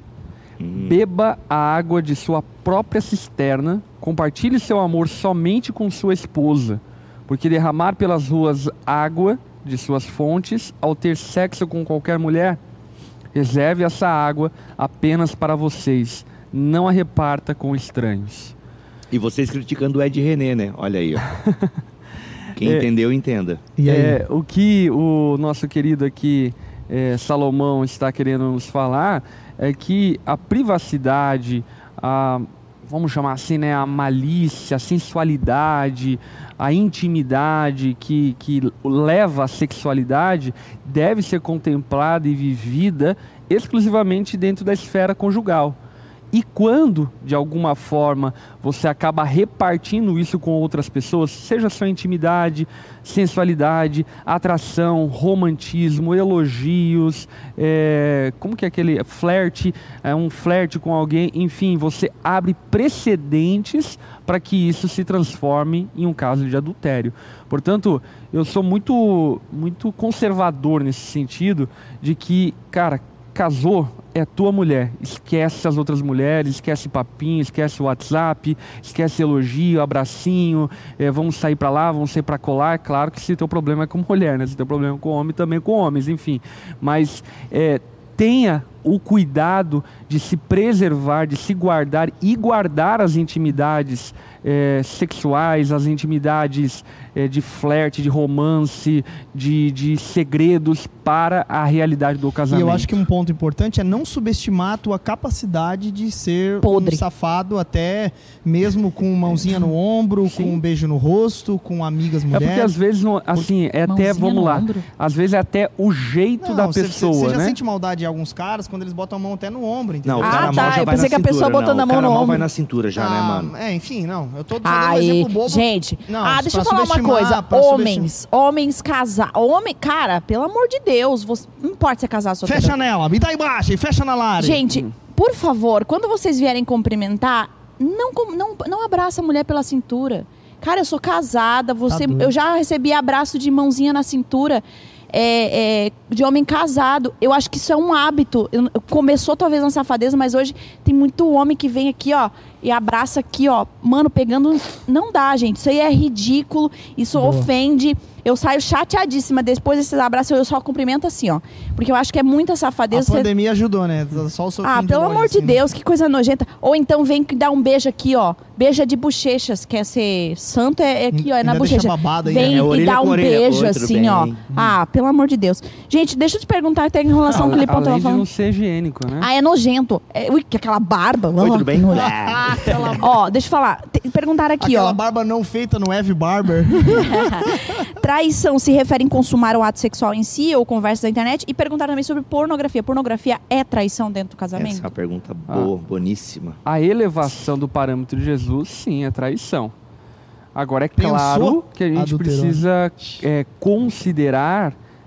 Beba a água de sua própria cisterna, compartilhe seu amor somente com sua esposa, porque derramar pelas ruas água de suas fontes, ao ter sexo com qualquer mulher, reserve essa água apenas para vocês, não a reparta com estranhos. E vocês criticando o Ed René, né? Olha aí, ó. Quem É. entendeu, entenda. E aí? É, o que o nosso querido aqui, é, Salomão, está querendo nos falar é que a privacidade, a, vamos chamar assim, né, a malícia, a sensualidade, a intimidade que, que leva à sexualidade deve ser contemplada e vivida exclusivamente dentro da esfera conjugal. E quando, de alguma forma, você acaba repartindo isso com outras pessoas, seja sua intimidade, sensualidade, atração, romantismo, elogios, é, como que é aquele flerte, é um flerte com alguém, enfim, você abre precedentes para que isso se transforme em um caso de adultério. Portanto, eu sou muito, muito conservador nesse sentido de que, cara, casou, é tua mulher, esquece as outras mulheres, esquece papinho, esquece o WhatsApp, esquece elogio, abracinho, é, vamos sair pra lá, vamos sair pra colar. É claro que se teu problema é com mulher, né? Se teu problema é com homem, também com homens, enfim. Mas é, tenha o cuidado de se preservar, de se guardar e guardar as intimidades é, sexuais, as intimidades é, de flerte, de romance, de, de segredos para a realidade do E casamento. eu acho que um ponto importante é não subestimar a tua capacidade de ser Podre. um safado, até mesmo com mãozinha no ombro, Sim. com um beijo no rosto, com amigas É mulheres. porque às vezes, não, assim, é até, Mãozinha vamos no lá, ombro. às vezes é até o jeito Não, da você- pessoa, Você já né? sente maldade em alguns caras quando eles botam a mão até no ombro, entendeu? Não, o Ah, cara tá, mal já eu vai pensei na que a pessoa cintura, botando não. a mão O cara no mal ombro. vai na cintura já, né, Ah, mano? É, enfim, não. Eu tô só dando um Aí, exemplo bobo. gente, Não, ah, deixa eu pra falar uma subestimar, coisa. pra Homens, homens casar, homem, cara, pelo amor de Deus, você, não importa se é casar solteiro. Fecha nela, me dá embaixo, fecha na Lari. Gente, por favor, quando vocês vierem cumprimentar, não, com- não, não abraça a mulher pela cintura. Cara, eu sou casada, você, doido. eu já recebi abraço de mãozinha na cintura é, é, de homem casado. Eu acho que isso é um hábito. Eu- começou talvez na safadeza, mas hoje tem muito homem que vem aqui, ó, e abraça aqui, ó. Mano, pegando... Não dá, gente. Isso aí é ridículo. Isso Boa. ofende. Eu saio chateadíssima. Depois desses abraços, eu só cumprimento assim, ó. Porque eu acho que é muita A safadeza. Você- pandemia ajudou, né? Só o soquinho ah, pelo longe, amor de assim, né? Deus, que coisa nojenta. Ou então vem que dá um beijo aqui, ó. Beija de bochechas. Quer ser santo, é, é aqui, ó, é na Ainda deixa bochecha. babado ainda, Vem né? É e orelha dá com um orelha. beijo, Oi, tudo assim, bem? ó. Ah, pelo amor de Deus. Gente, deixa eu te perguntar, até em relação ao que o Lipão Além tava de não falando. ser higiênico, né? Ah, é nojento. É, ui, que aquela barba. Oi, ó, tudo bem? que nojo. Ah, Ó, deixa eu falar. Te- Perguntaram aqui, Aquela ó. barba não feita no Eve Barber. Traição se refere em consumar o ato sexual em si ou conversa da internet? E perguntaram também sobre pornografia. Pornografia é traição dentro do casamento? essa é uma pergunta boa, boníssima. A elevação do parâmetro de Jesus, sim, é traição. Agora, é Pensou? claro que a gente Adulterou. precisa é, considerar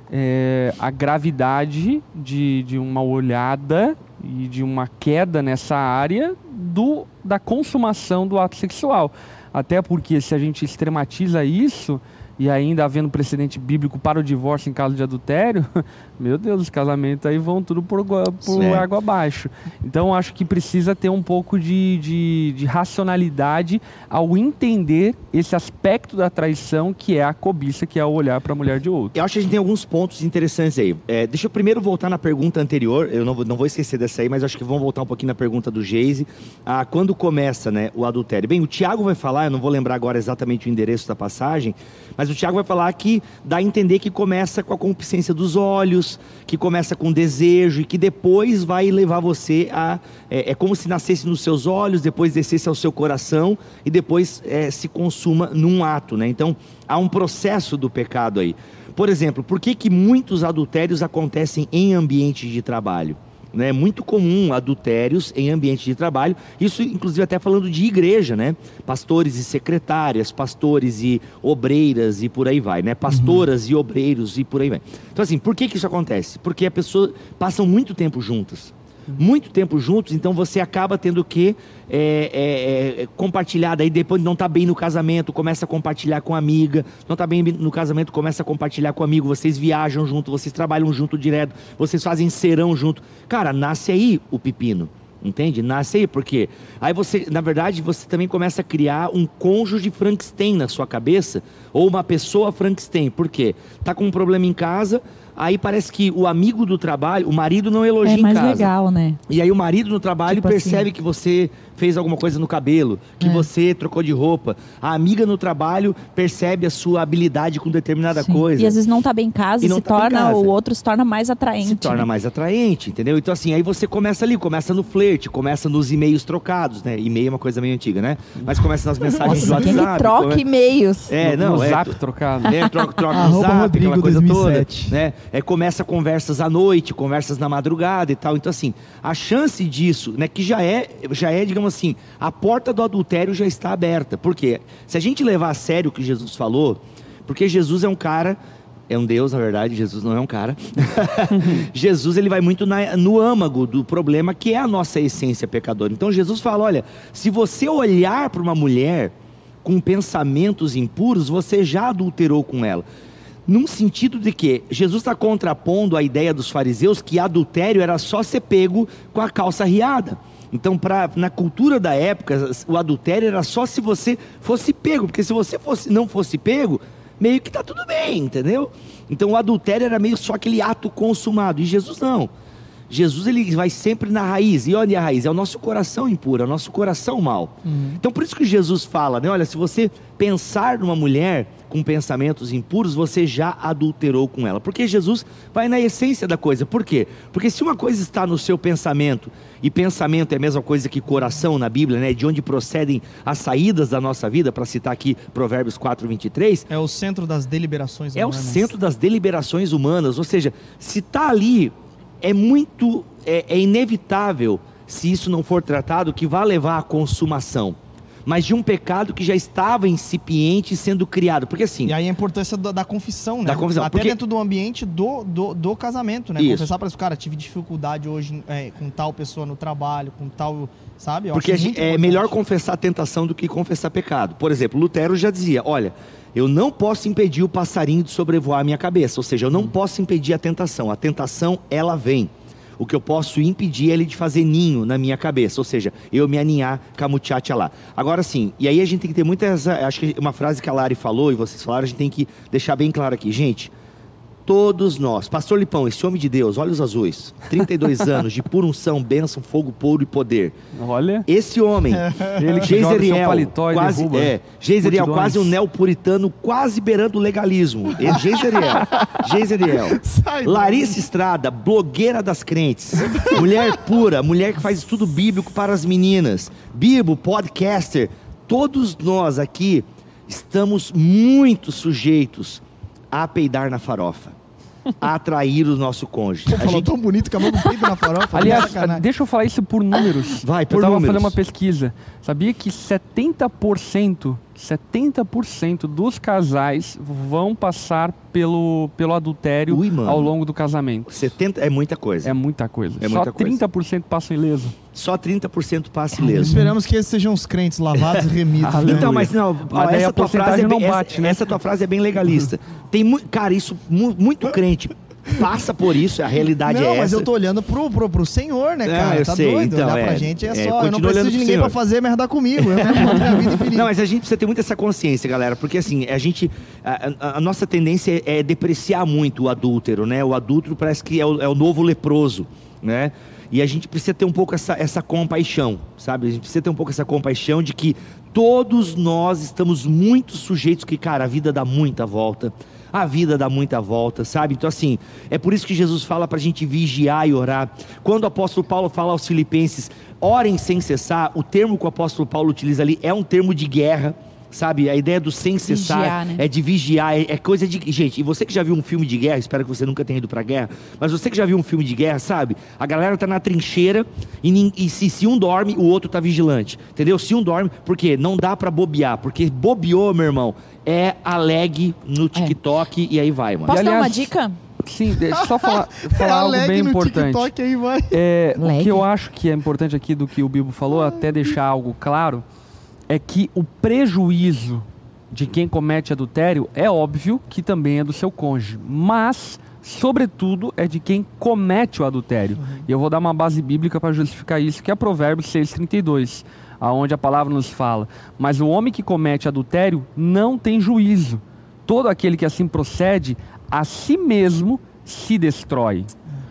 é, a gravidade de, de uma olhada e de uma queda nessa área do, da consumação do ato sexual. Até porque se a gente extrematiza isso, e ainda havendo precedente bíblico para o divórcio em caso de adultério, meu Deus, os casamentos aí vão tudo por, por água abaixo. Então, acho que precisa ter um pouco de, de, de racionalidade ao entender esse aspecto da traição, que é a cobiça, que é o olhar para a mulher de outro. Eu acho que a gente tem alguns pontos interessantes aí. É, deixa eu primeiro voltar na pergunta anterior, eu não, não vou esquecer dessa aí, mas acho que vamos voltar um pouquinho na pergunta do Geise. Ah, quando começa, né, o adultério? Bem, o Tiago vai falar, eu não vou lembrar agora exatamente o endereço da passagem, mas o Tiago vai falar que dá a entender que começa com a concupiscência dos olhos, que começa com desejo e que depois vai levar você a... É, é como se nascesse nos seus olhos, depois descesse ao seu coração e depois é, se consuma num ato, né? Então, há um processo do pecado aí. Por exemplo, por que que muitos adultérios acontecem em ambiente de trabalho? É muito comum adultérios em ambiente de trabalho, isso inclusive até falando de igreja, né? Pastores e secretárias, pastores e obreiras e por aí vai, né? Pastoras uhum. e obreiros e por aí vai. Então assim, por que que isso acontece? Porque a pessoa passam muito tempo juntas. Muito tempo juntos, então você acaba tendo que é, é, é, compartilhar, daí depois não está bem no casamento, começa a compartilhar com a amiga, não está bem no casamento, começa a compartilhar com o amigo, vocês viajam junto, vocês trabalham junto direto, vocês fazem serão junto, cara, nasce aí o pepino, entende? Nasce aí, porque aí você, na verdade, você também começa a criar um cônjuge Frankenstein na sua cabeça, ou uma pessoa Frankenstein, por quê? Tá com um problema em casa, aí parece que o amigo do trabalho, o marido não elogia em casa. É mais legal, né? E aí o marido no trabalho tipo percebe assim. que você fez alguma coisa no cabelo, que é. você trocou de roupa. A amiga no trabalho percebe a sua habilidade com determinada Sim. coisa. E às vezes não tá bem em casa, e se tá torna, casa. o outro se torna mais atraente. Se torna né? mais atraente, entendeu? Então assim, aí você começa ali, começa no flerte, começa nos e-mails trocados, né? E-mail é uma coisa meio antiga, né? Mas começa nas mensagens Nossa, do WhatsApp. Ele troca come... e-mails. É, não, no é... zap trocado. É, troca, troca no zap, Rodrigo, aquela coisa dois mil e sete. toda, né? É, começa conversas à noite, conversas na madrugada e tal. Então assim, a chance disso, né, que já é, já é, digamos assim, a porta do adultério já está aberta. Por quê? Se a gente levar a sério o que Jesus falou, porque Jesus é um cara, é um Deus na verdade, Jesus não é um cara. Jesus ele vai muito na, no âmago do problema que é a nossa essência pecadora. Então Jesus fala, olha, se você olhar para uma mulher com pensamentos impuros, você já adulterou com ela. Num sentido de que Jesus está contrapondo a ideia dos fariseus que adultério era só ser pego com a calça riada. Então, pra, na cultura da época, o adultério era só se você fosse pego, porque se você fosse, não fosse pego, meio que está tudo bem, entendeu? Então, o adultério era meio só aquele ato consumado, e Jesus não. Jesus ele vai sempre na raiz, e onde é a raiz? É o nosso coração impuro, é o nosso coração mau. Uhum. Então, por isso que Jesus fala, né? Olha, se você pensar numa mulher com pensamentos impuros, você já adulterou com ela. Porque Jesus vai na essência da coisa. Por quê? Porque se uma coisa está no seu pensamento, e pensamento é a mesma coisa que coração na Bíblia, né? De onde procedem as saídas da nossa vida, para citar aqui Provérbios quatro, vinte e três. É o centro das deliberações humanas. É o centro das deliberações humanas, ou seja, se está ali, é muito, é, é inevitável, se isso não for tratado, que vai levar à consumação. Mas de um pecado que já estava incipiente sendo criado, porque assim... E aí a importância da, da confissão, né? Da confissão, até porque... dentro do ambiente do, do, do casamento, né? Isso. Confessar para esse cara, tive dificuldade hoje é, com tal pessoa no trabalho, com tal, sabe? Eu porque acho é importante. Melhor confessar a tentação do que confessar pecado. Por exemplo, Lutero já dizia, olha, eu não posso impedir o passarinho de sobrevoar a minha cabeça, ou seja, eu não hum. posso impedir a tentação, a tentação ela vem. O que eu posso impedir é ele de fazer ninho na minha cabeça, ou seja, eu me aninhar com a muchacha lá. Agora sim, e aí a gente tem que ter muitas, acho que uma frase que a Lari falou e vocês falaram, a gente tem que deixar bem claro aqui, gente, todos nós, Pastor Lipão, esse homem de Deus, olhos azuis, trinta e dois anos de pura unção, bênção, fogo, puro e poder. Olha. Esse homem, ele Geiseriel, quase, é, Geiseriel, quase um neopuritano, quase beirando o legalismo. Geiseriel, Geiseriel. Larissa Estrada, blogueira das crentes, mulher pura, mulher que faz estudo bíblico para as meninas, Bibo, podcaster, todos nós aqui estamos muito sujeitos a peidar na farofa. a atrair o nosso cônjuge. Pô, A falou gente... tão bonito que a mão do peito na farofa. Aliás, sacanagem. deixa eu falar isso por números. Vai, por Eu estava números. fazendo uma pesquisa. Sabia que setenta por cento, setenta por cento dos casais vão passar pelo, pelo adultério Ui, mano. ao longo do casamento. setenta é muita coisa. É muita coisa. É Só muita coisa. trinta por cento passam ileso. Só trinta por cento passa ileso. Esperamos que esses sejam os crentes lavados e remidos. né? Então, mas não, Mas ó, daí essa a tua frase é porcentagem bem, não bate, essa, né? essa tua frase é bem legalista. Tem mu... Cara, isso mu- muito crente passa por isso, a realidade Não, é mas essa. eu tô olhando pro, pro, pro Senhor, né, Ah, cara? eu tá sei, doido? então, Olhar pra é. gente é, É, só. Eu não continua preciso olhando de pro ninguém Senhor. pra fazer merda comigo. Eu mesmo boto minha vida em perigo. Não, mas a gente precisa ter muito essa consciência, galera, porque assim, a gente, a, a- a nossa tendência é depreciar muito o adúltero, né? O adúltero parece que é o, é o novo leproso, né? E a gente precisa ter um pouco essa, essa compaixão, sabe? A gente precisa ter um pouco essa compaixão de que todos nós estamos muito sujeitos que, cara, a vida dá muita volta. A vida dá muita volta, sabe? Então assim, é por isso que Jesus fala pra gente vigiar e orar. Quando o apóstolo Paulo fala aos filipenses, orem sem cessar, o termo que o apóstolo Paulo utiliza ali é um termo de guerra, sabe? A ideia do sem cessar Vigiar, né? é de vigiar, é, é coisa de... Gente, e você que já viu um filme de guerra, espero que você nunca tenha ido pra guerra, mas você que já viu um filme de guerra, sabe? A galera tá na trincheira e, nin- e se, se um dorme, o outro tá vigilante, entendeu? Se um dorme, por quê? Não dá pra bobear, porque bobeou, meu irmão, é a lag no TikTok e aí vai, mano. Posso E, dar uma aliás, dica? Sim, deixa eu só falar, falar É a algo lag bem no importante. TikTok aí, vai. É, o Lag. que eu acho que é importante aqui do que o Bibo falou, até deixar algo claro, é que o prejuízo de quem comete adultério é óbvio que também é do seu cônjuge, mas, sobretudo, é de quem comete o adultério. E eu vou dar uma base bíblica para justificar isso, que é Provérbios seis, trinta e dois, aonde a palavra nos fala: mas o homem que comete adultério não tem juízo. Todo aquele que assim procede, a si mesmo se destrói.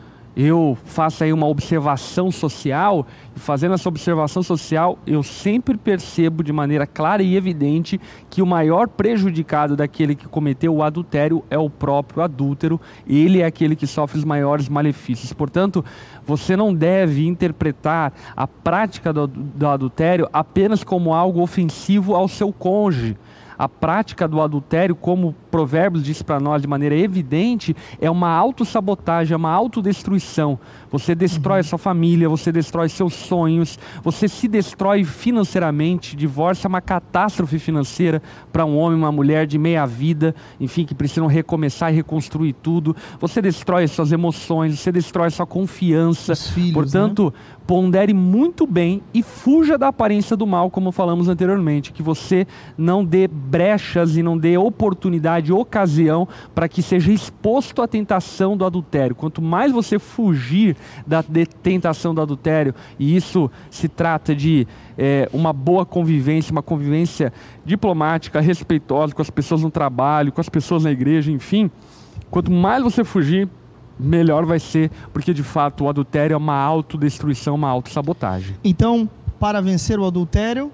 Eu faço aí uma observação social, e fazendo essa observação social, eu sempre percebo de maneira clara e evidente que o maior prejudicado daquele que cometeu o adultério é o próprio adúltero. Ele é aquele que sofre os maiores malefícios. Portanto, você não deve interpretar a prática do, do adultério apenas como algo ofensivo ao seu cônjuge. A prática do adultério, como Provérbios diz para nós de maneira evidente, é uma autossabotagem, é uma autodestruição. Você destrói a sua família, você destrói seus sonhos, você se destrói financeiramente. Divórcio é uma catástrofe financeira para um homem e uma mulher de meia vida, enfim, que precisam recomeçar e reconstruir tudo. Você destrói as suas emoções, você destrói a sua confiança. Os filhos, Portanto, pondere muito bem e fuja da aparência do mal, como falamos anteriormente, que você não dê brechas e não dê oportunidade, ocasião para que seja exposto à tentação do adultério. Quanto mais você fugir da de- tentação do adultério, e isso se trata de é, uma boa convivência, uma convivência diplomática, respeitosa com as pessoas no trabalho, com as pessoas na igreja, enfim, quanto mais você fugir, melhor vai ser, porque de fato o adultério é uma autodestruição, uma autossabotagem. Então, para vencer o adultério,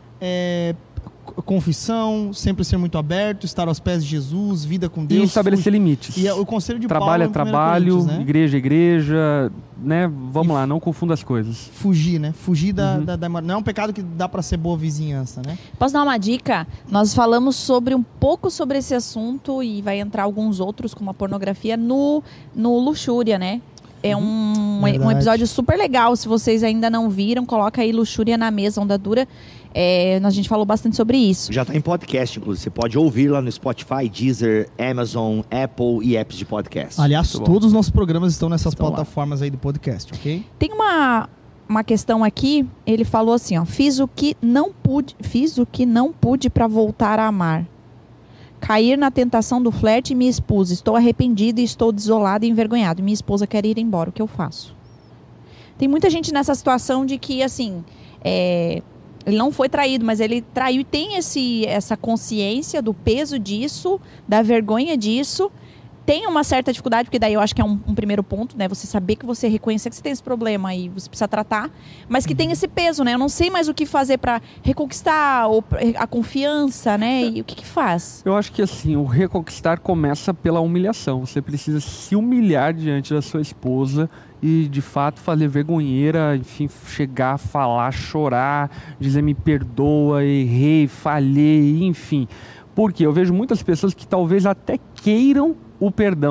é, c- confissão, sempre ser muito aberto, estar aos pés de Jesus, vida com Deus. E estabelecer limites. E é o conselho de Trabalho é Paulo em primeiro trabalho, Coríntios, né? igreja é igreja, né? Vamos E lá, não confunda as coisas. Fugir, né? Fugir da, Uhum. da, da- Não é um pecado que dá para ser boa vizinhança, né? Posso dar uma dica? Nós falamos sobre um pouco sobre esse assunto e vai entrar alguns outros, como a pornografia, no, no Luxúria, né? É um, um Verdade. episódio super legal. Se vocês ainda não viram, coloca aí Luxúria na Mesa, Onda Dura. É, a gente falou bastante sobre isso. Já está em podcast, inclusive. Você pode ouvir lá no Spotify, Deezer, Amazon, Apple e apps de podcast. Aliás, Muito bom. todos os nossos programas estão nessas Estão lá. plataformas aí do podcast, ok? Tem uma, uma questão aqui, ele falou assim, ó, fiz o que não pude, fiz o que não pude para voltar a amar. Cair na tentação do flerte e me expus. Estou arrependido e estou desolado e envergonhado. Minha esposa quer ir embora. O que eu faço? Tem muita gente nessa situação de que, assim, é, ele não foi traído, mas ele traiu e tem esse, essa consciência do peso disso, da vergonha disso. Tem uma certa dificuldade, porque daí eu acho que é um, um primeiro ponto, né? Você saber que você reconhecer que você tem esse problema e você precisa tratar, mas que tem esse peso, né? Eu não sei mais o que fazer para reconquistar ou pra- a confiança, né? E o que que faz? Eu acho que assim, o reconquistar começa pela humilhação. Você precisa se humilhar diante da sua esposa e de fato fazer vergonheira, enfim, chegar, falar, chorar, dizer me perdoa, errei, falhei, enfim. Porque eu vejo muitas pessoas que talvez até queiram o perdão,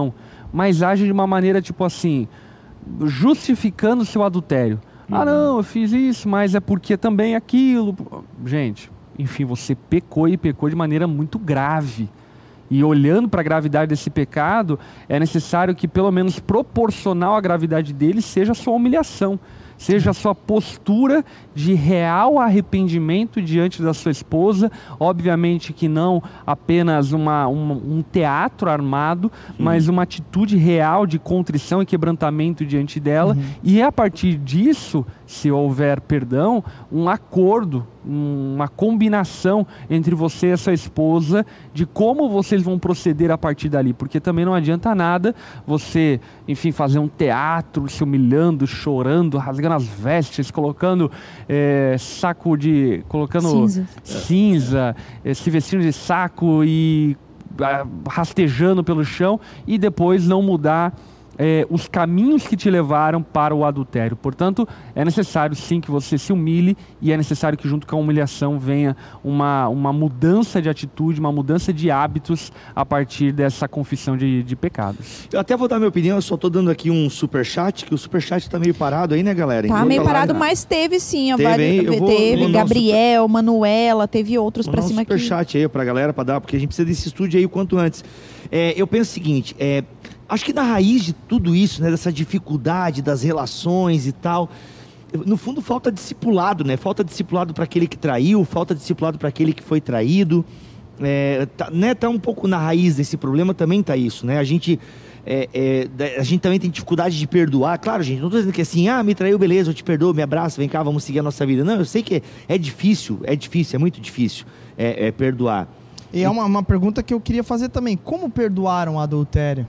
mas age de uma maneira tipo assim, justificando o seu adultério. Uhum. Ah não, eu fiz isso, mas é porque também aquilo. Gente, enfim, você pecou e pecou de maneira muito grave. E olhando para a gravidade desse pecado, é necessário que pelo menos proporcional à gravidade dele seja a sua humilhação. Seja a sua postura de real arrependimento diante da sua esposa. Obviamente que não apenas uma, uma, um teatro armado, uhum. mas uma atitude real de contrição e quebrantamento diante dela. Uhum. E a partir disso, se houver perdão, um acordo, uma combinação entre você e a sua esposa de como vocês vão proceder a partir dali. Porque também não adianta nada você, enfim, fazer um teatro, se humilhando, chorando, rasgando as vestes, colocando é, saco de... colocando cinza, cinza é, se vestindo de saco e é, rastejando pelo chão e depois não mudar é, os caminhos que te levaram para o adultério. Portanto, é necessário sim que você se humilhe e é necessário que junto com a humilhação venha uma, uma mudança de atitude, uma mudança de hábitos a partir dessa confissão de, de pecados. Eu até vou dar minha opinião, eu só estou dando aqui um superchat, que o superchat está meio parado aí, né, galera? Tá meio parado, lá, mas teve sim. Teve, vários, vou, teve Gabriel, super... Manuela, teve outros para cima aqui. Um superchat aí para a galera, para dar, porque a gente precisa desse estúdio aí o quanto antes. É, eu penso o seguinte, é... acho que na raiz de tudo isso, né, dessa dificuldade das relações e tal, no fundo falta discipulado, né? Falta discipulado para aquele que traiu, falta discipulado para aquele que foi traído. É, tá, né, tá um pouco na raiz desse problema também tá isso, né? A gente, é, é, a gente também tem dificuldade de perdoar. Claro, gente, não estou dizendo que assim, ah, me traiu, beleza, eu te perdoo, me abraço, vem cá, vamos seguir a nossa vida. Não, eu sei que é, é difícil, é difícil, é muito difícil é, é perdoar. E é uma, uma pergunta que eu queria fazer também. Como perdoar um adultério?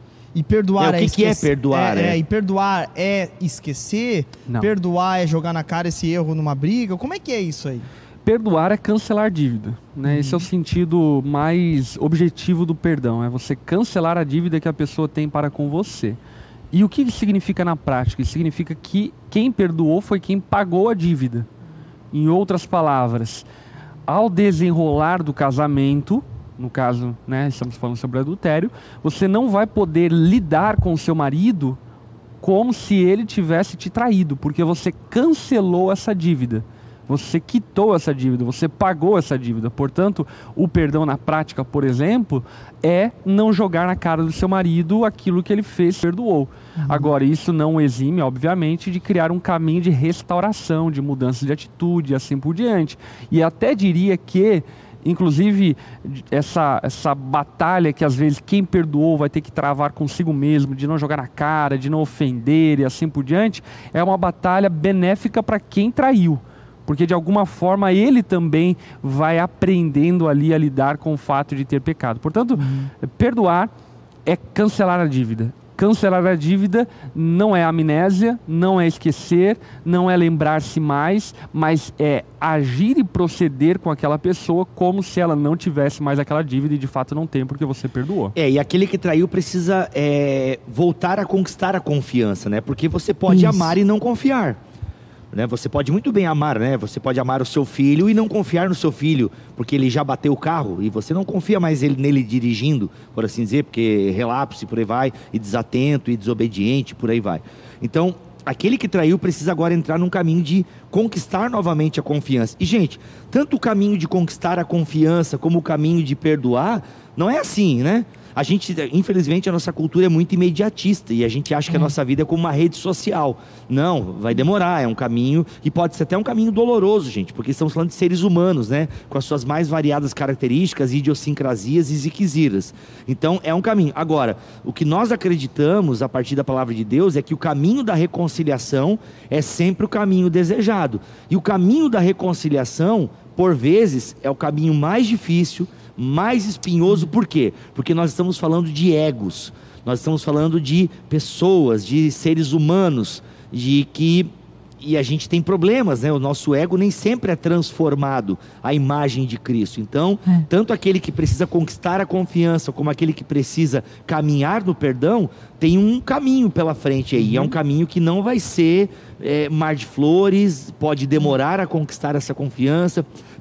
E perdoar é, o que é esquecer. Que é perdoar, é, é? é, e perdoar é esquecer? Não. Perdoar é jogar na cara esse erro numa briga? Como é que é isso aí? Perdoar é cancelar dívida, né? Uhum. Esse é o sentido mais objetivo do perdão, é você cancelar a dívida que a pessoa tem para com você. E o que isso significa na prática? Isso significa que quem perdoou foi quem pagou a dívida. Em outras palavras, ao desenrolar do casamento, no caso, né, estamos falando sobre adultério, você não vai poder lidar com o seu marido como se ele tivesse te traído, porque você cancelou essa dívida, você quitou essa dívida, você pagou essa dívida. Portanto, o perdão na prática, por exemplo, é não jogar na cara do seu marido aquilo que ele fez, perdoou. Uhum. Agora, isso não exime, obviamente, de criar um caminho de restauração, de mudança de atitude e assim por diante. E até diria que inclusive, essa, essa batalha que às vezes quem perdoou vai ter que travar consigo mesmo, de não jogar na cara, de não ofender e assim por diante, é uma batalha benéfica para quem traiu. Porque de alguma forma ele também vai aprendendo ali a lidar com o fato de ter pecado. Portanto, uhum. perdoar é cancelar a dívida. Cancelar a dívida não é amnésia, não é esquecer, não é lembrar-se mais, mas é agir e proceder com aquela pessoa como se ela não tivesse mais aquela dívida e de fato não tem porque você perdoou. É, e aquele que traiu precisa é, voltar a conquistar a confiança, né? Porque você pode Isso. amar e não confiar. Né? Você pode muito bem amar, né? Você pode amar o seu filho e não confiar no seu filho, porque ele já bateu o carro e você não confia mais ele, nele dirigindo, por assim dizer, porque relapse, por aí vai, e desatento, e desobediente, por aí vai. Então, aquele que traiu precisa agora entrar num caminho de conquistar novamente a confiança. E, gente, tanto o caminho de conquistar a confiança como o caminho de perdoar, não é assim, né? A gente, infelizmente, a nossa cultura é muito imediatista e a gente acha que a nossa vida é como uma rede social. Não, vai demorar, é um caminho e pode ser até um caminho doloroso, gente, porque estamos falando de seres humanos, né? Com as suas mais variadas características, idiosincrasias e ziquiziras. Então, é um caminho. Agora, o que nós acreditamos a partir da palavra de Deus é que o caminho da reconciliação é sempre o caminho desejado. E o caminho da reconciliação, por vezes, é o caminho mais difícil, mais espinhoso. Por quê? Porque nós estamos falando de egos, nós estamos falando de pessoas, de seres humanos, de que, e a gente tem problemas, né? O nosso ego nem sempre é transformado à imagem de Cristo. Então, é. tanto aquele que precisa conquistar a confiança, como aquele que precisa caminhar no perdão, tem um caminho pela frente aí, uhum. é um caminho que não vai ser é, mar de flores, pode demorar a conquistar essa confiança,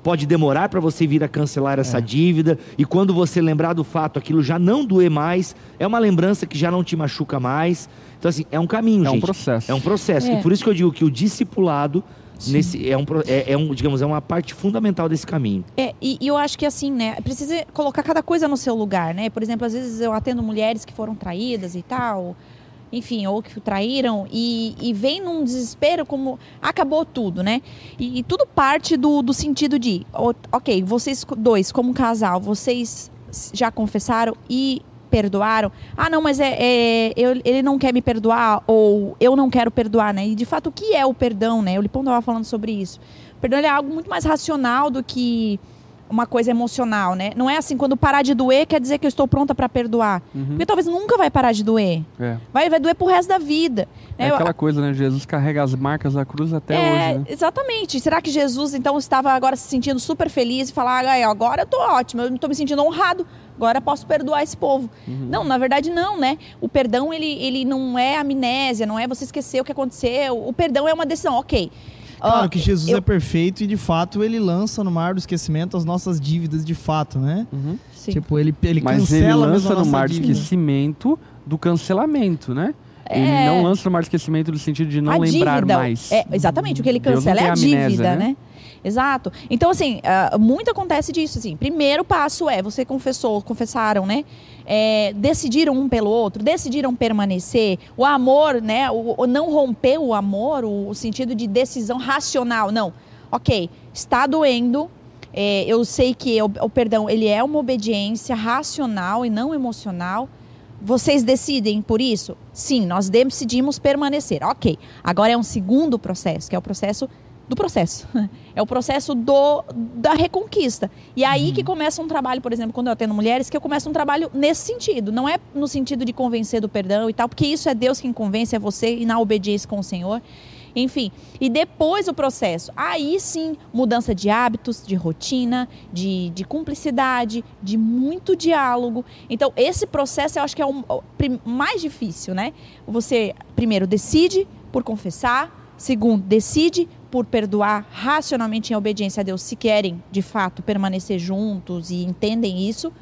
pode demorar para você vir a cancelar essa é. dívida, e quando você lembrar do fato, aquilo já não doer mais, é uma lembrança que já não te machuca mais. Então, assim, é um caminho, é gente. Um processo. É um processo. É. E por isso que eu digo que o discipulado nesse, é, um, é, é um, digamos, é uma parte fundamental desse caminho. É, e, e eu acho que assim, né, precisa colocar cada coisa no seu lugar, né? Por exemplo, às vezes eu atendo mulheres que foram traídas e tal, enfim, ou que traíram, e, e vem num desespero como acabou tudo, né? E, e tudo parte do, do sentido de, ok, vocês dois, como casal, vocês já confessaram e perdoaram. Ah, não, mas é, é eu, ele não quer me perdoar, ou eu não quero perdoar, né? E de fato, o que é o perdão, né? O Lipão estava falando sobre isso. O perdão ele é algo muito mais racional do que uma coisa emocional, né? Não é assim, quando parar de doer, quer dizer que eu estou pronta para perdoar. Uhum. Porque talvez nunca vai parar de doer. É. Vai, vai doer pro resto da vida. É né? aquela coisa, né? Jesus carrega as marcas da cruz até é, hoje, né? Exatamente. Será que Jesus, então, estava agora se sentindo super feliz e falar, ah, agora eu tô ótimo, eu estou me sentindo honrado, agora posso perdoar esse povo. Uhum. Não, na verdade não, né? O perdão, ele, ele não é amnésia, não é você esquecer o que aconteceu. O perdão é uma decisão, ok. Claro que Jesus eu... é perfeito e, de fato, ele lança no mar do esquecimento as nossas dívidas, de fato, né? Uhum. Tipo, ele, ele Mas cancela ele lança a no mar do dívida. esquecimento do cancelamento, né? É... Ele não lança no mar do esquecimento no sentido de não a lembrar dívida, mais. É, exatamente, o que ele cancela é a amnésia, dívida, né? né? Exato. Então, assim, uh, muito acontece disso, assim. Primeiro passo é, você confessou, confessaram, né? É, decidiram um pelo outro, decidiram permanecer. O amor, né? O, o não romper o amor, o, o sentido de decisão racional. Não. Ok, está doendo. É, eu sei que o, o perdão, ele é uma obediência racional e não emocional. Vocês decidem por isso? Sim, nós decidimos permanecer. Ok. Agora é um segundo processo, que é o processo do processo. É o processo do, da reconquista. E aí uhum. que começa um trabalho, por exemplo, quando eu atendo mulheres, que eu começo um trabalho nesse sentido. Não é no sentido de convencer do perdão e tal, porque isso é Deus quem convence, é você, e na obediência com o Senhor. Enfim, e depois o processo, aí sim, mudança de hábitos, de rotina, de, de cumplicidade, de muito diálogo. Então, esse processo eu acho que é o mais difícil, né? Você, primeiro, decide por confessar. Segundo, decide por perdoar racionalmente em obediência a Deus, se querem, de fato, permanecer juntos e entendem isso.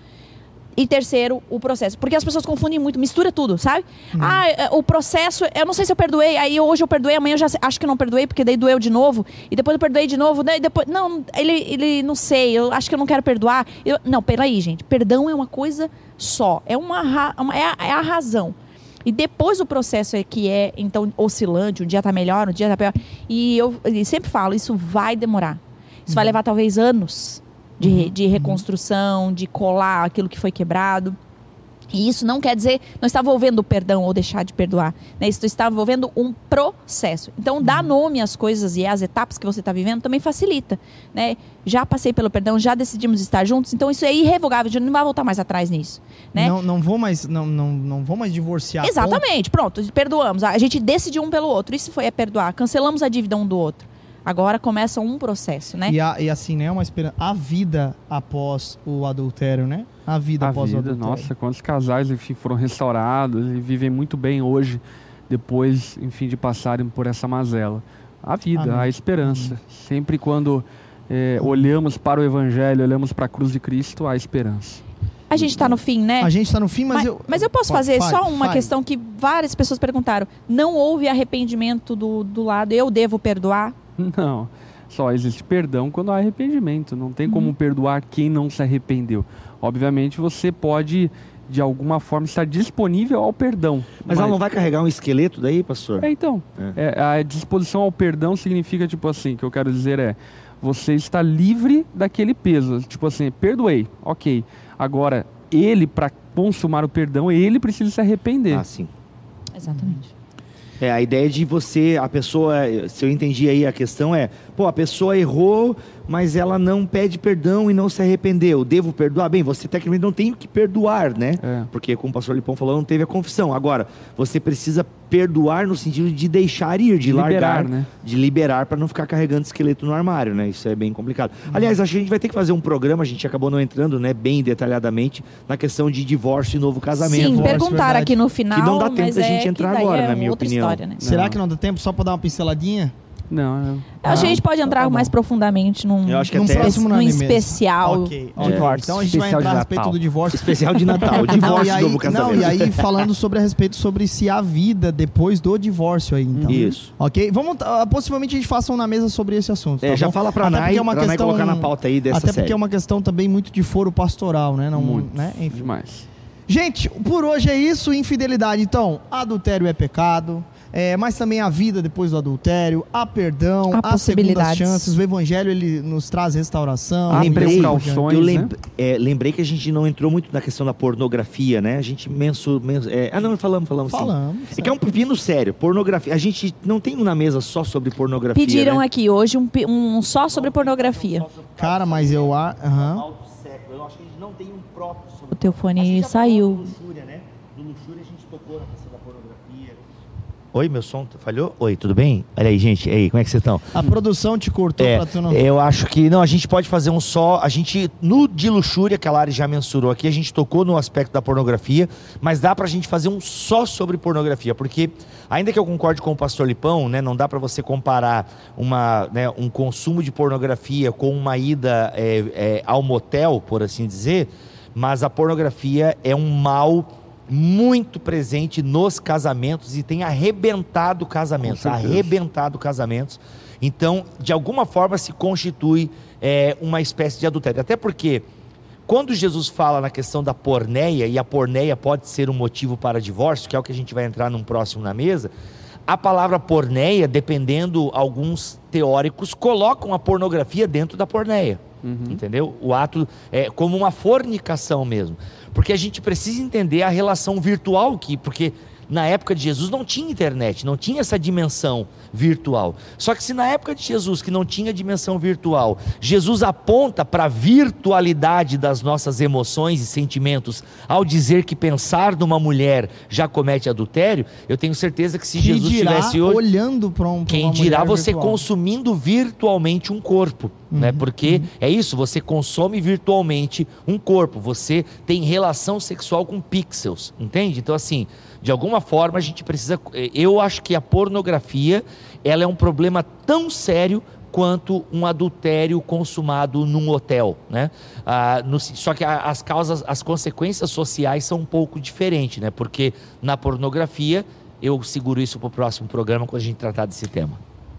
E terceiro, o processo. Porque as pessoas confundem muito, mistura tudo, sabe? Hum. Ah, o processo, eu não sei se eu perdoei, aí hoje eu perdoei, amanhã eu já acho que não perdoei, porque daí doeu de novo, e depois eu perdoei de novo, daí depois, não, ele, ele não sei, eu acho que eu não quero perdoar. Eu, não, peraí, gente, perdão é uma coisa só, é, uma, uma, é, a, é a razão. E depois o processo é que é, então, oscilante, um dia tá melhor, um dia tá pior. E eu, eu sempre falo, isso vai demorar. Isso uhum. vai levar talvez anos de, uhum. de reconstrução, de colar aquilo que foi quebrado. E isso não quer dizer, não está envolvendo o perdão ou deixar de perdoar, né? Isso está envolvendo um processo. Então, dar nome às coisas e às etapas que você está vivendo também facilita, né? Já passei pelo perdão, já decidimos estar juntos, então isso é irrevogável, a gente não vai voltar mais atrás nisso, né? Não, não vou mais, não, não, não vou mais divorciar. Exatamente, pronto, perdoamos. A gente decidiu um pelo outro, isso foi é perdoar. Cancelamos a dívida um do outro. Agora começa um processo, né? E, a, e assim, né? Uma esperança. A vida após o adultério, né? A vida a após vida, o adultério. Nossa, quantos casais, enfim, foram restaurados e vivem muito bem hoje, depois, enfim, de passarem por essa mazela. A vida, Amém. A esperança. Amém. Sempre quando é, olhamos para o Evangelho, olhamos para a cruz de Cristo, há esperança. A gente está no fim, né? A gente está no fim, mas, mas eu... Mas eu posso fazer fale, só uma fale. questão que várias pessoas perguntaram. Não houve arrependimento do, do lado, eu devo perdoar? Não, só existe perdão quando há arrependimento. Não tem como uhum. perdoar quem não se arrependeu. Obviamente você pode, de alguma forma, estar disponível ao perdão. Mas, mas... ela não vai carregar um esqueleto daí, pastor? É, então. É. É, a disposição ao perdão significa, tipo assim, o que eu quero dizer é, você está livre daquele peso. Tipo assim, perdoei, ok. Agora, ele, para consumar o perdão, ele precisa se arrepender. Ah, sim. Exatamente. É, a ideia de você, a pessoa, se eu entendi aí a questão é, pô, a pessoa errou, mas ela não pede perdão e não se arrependeu. Devo perdoar? Bem, você tecnicamente não tem que perdoar, né? É. Porque, como o pastor Lipão falou, não teve a confissão. Agora, você precisa perdoar no sentido de deixar ir, de, de largar, liberar, né? De liberar para não ficar carregando esqueleto no armário, né? Isso é bem complicado. Uhum. Aliás, acho que a gente vai ter que fazer um programa, a gente acabou não entrando, né, bem detalhadamente, na questão de divórcio e novo casamento. Sim, divórcio, perguntaram verdade. Aqui no final, que não dá tempo mas da gente é entrar agora, é na minha outra opinião. História, né? Será que não dá tempo só para dar uma pinceladinha? Não, eu... Eu acho que a gente pode entrar tá mais profundamente num, Eu acho que Num até- próximo num Nani mesmo. especial Ok, divórcio. ok. Então a gente vai Especial entrar de a respeito Natal. do divórcio. Especial de Natal, Não, divórcio e aí, do novo casamento. não, e aí falando sobre a respeito sobre se há vida depois do divórcio aí, então. Isso. Ok? Vamos, ah, possivelmente a gente faça um na mesa sobre esse assunto. É, tá já bom? fala pra Até Nai, porque é uma pra Nai questão, colocar na pauta aí dessa Até porque série. é uma questão também muito de foro pastoral, né? Não, Muito. né? Enfim. Demais. Gente, por hoje é isso, infidelidade. Então, adultério é pecado, é, mas também a vida depois do adultério, há perdão, Há há segundas possibilidades. chances. O evangelho, ele nos traz restauração. Há e lembrei, assim por precauções. diante. Eu né? lembra- é, lembrei que a gente não entrou muito na questão da pornografia, né? A gente mensu, mensu, é, ah, não, falamos, falamos. sim. Falamos. É que é um pepino sério. Pornografia. A gente não tem um na mesa só sobre pornografia. Pediram né? aqui hoje um, pi- um só sobre pornografia. Cara, mas eu... a- aham. Mal do século. Eu acho que a gente não tem um próprio sobre O teu fone A gente já saiu. falou do luxúria, né? Do luxúria a gente tocou na questão da pornografia. Oi, meu som falhou? Oi, tudo bem? Olha aí, gente. E aí, como é que vocês estão? A produção te cortou É, pra tu não... eu acho que não, a gente pode fazer um só. A gente, no de luxúria, que a Lari já mensurou aqui, a gente tocou no aspecto da pornografia, mas dá pra gente fazer um só sobre pornografia, porque ainda que eu concorde com o pastor Lipão, né, não dá pra você comparar uma, né, um consumo de pornografia com uma ida é, é, ao motel, por assim dizer, mas a pornografia é um mal muito presente nos casamentos e tem arrebentado casamentos, Com certeza. arrebentado casamentos. Então, de alguma forma se constitui é, uma espécie de adultério. Até porque, quando Jesus fala na questão da porneia, e a porneia pode ser um motivo para divórcio, que é o que a gente vai entrar num próximo na mesa, a palavra porneia, dependendo, alguns teóricos colocam a pornografia dentro da porneia. Entendeu? O ato é como uma fornicação mesmo. Porque a gente precisa entender a relação virtual que, porque na época de Jesus não tinha internet, não tinha essa dimensão virtual. Só que se na época de Jesus, que não tinha dimensão virtual, Jesus aponta para a virtualidade das nossas emoções e sentimentos ao dizer que pensar numa mulher já comete adultério, eu tenho certeza que se Que Jesus dirá tivesse hoje, olhando para um pra quem uma dirá mulher você virtual. consumindo virtualmente um corpo, né? Porque é isso, você consome virtualmente um corpo, você tem relação sexual com pixels, entende? Então assim, de alguma forma a gente precisa, eu acho que a pornografia, ela é um problema tão sério quanto um adultério consumado num hotel, né? Ah, no, só que a- as causas, as consequências sociais são um pouco diferentes, né? Porque na pornografia, eu seguro isso para o próximo programa quando a gente tratar desse tema.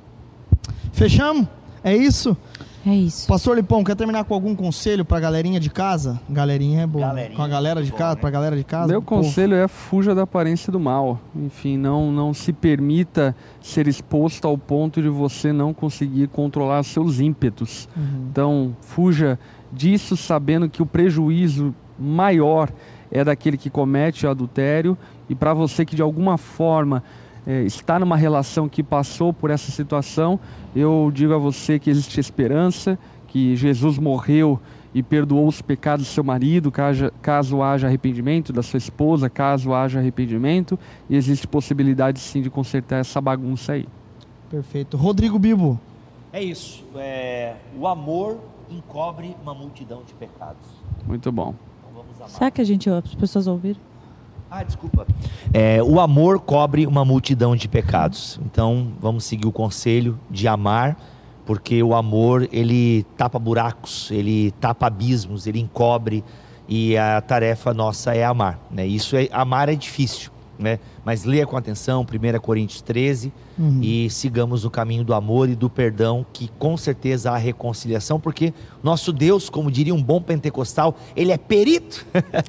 Fechamos? É isso? É isso. Pastor Lipão, quer terminar com algum conselho pra galerinha de casa? Galerinha é boa. Galerinha Com a galera de é bom, casa, né? pra galera de casa. Meu pô. conselho é fuja da aparência do mal. Enfim, não, não se permita ser exposto ao ponto de você não conseguir controlar seus ímpetos. Uhum. Então, fuja disso sabendo que o prejuízo maior é daquele que comete o adultério, e para você que de alguma forma eh, está numa relação que passou por essa situação, eu digo a você que existe esperança, que Jesus morreu e perdoou os pecados do seu marido, caso, caso haja arrependimento, da sua esposa, caso haja arrependimento, e existe possibilidade sim de consertar essa bagunça aí. Perfeito. Rodrigo Bibo. É isso. É, o amor encobre uma multidão de pecados. Muito bom. Então vamos amar. Será que a gente, as pessoas ouviram? Ah, desculpa. É, o amor cobre uma multidão de pecados. Então, vamos seguir o conselho de amar, porque o amor, ele tapa buracos, ele tapa abismos, ele encobre, e a tarefa nossa é amar, né? Isso é, amar é difícil, né? Mas leia com atenção primeira Coríntios treze, Uhum. e sigamos o caminho do amor e do perdão, que com certeza há reconciliação, porque nosso Deus, como diria um bom pentecostal, ele é perito.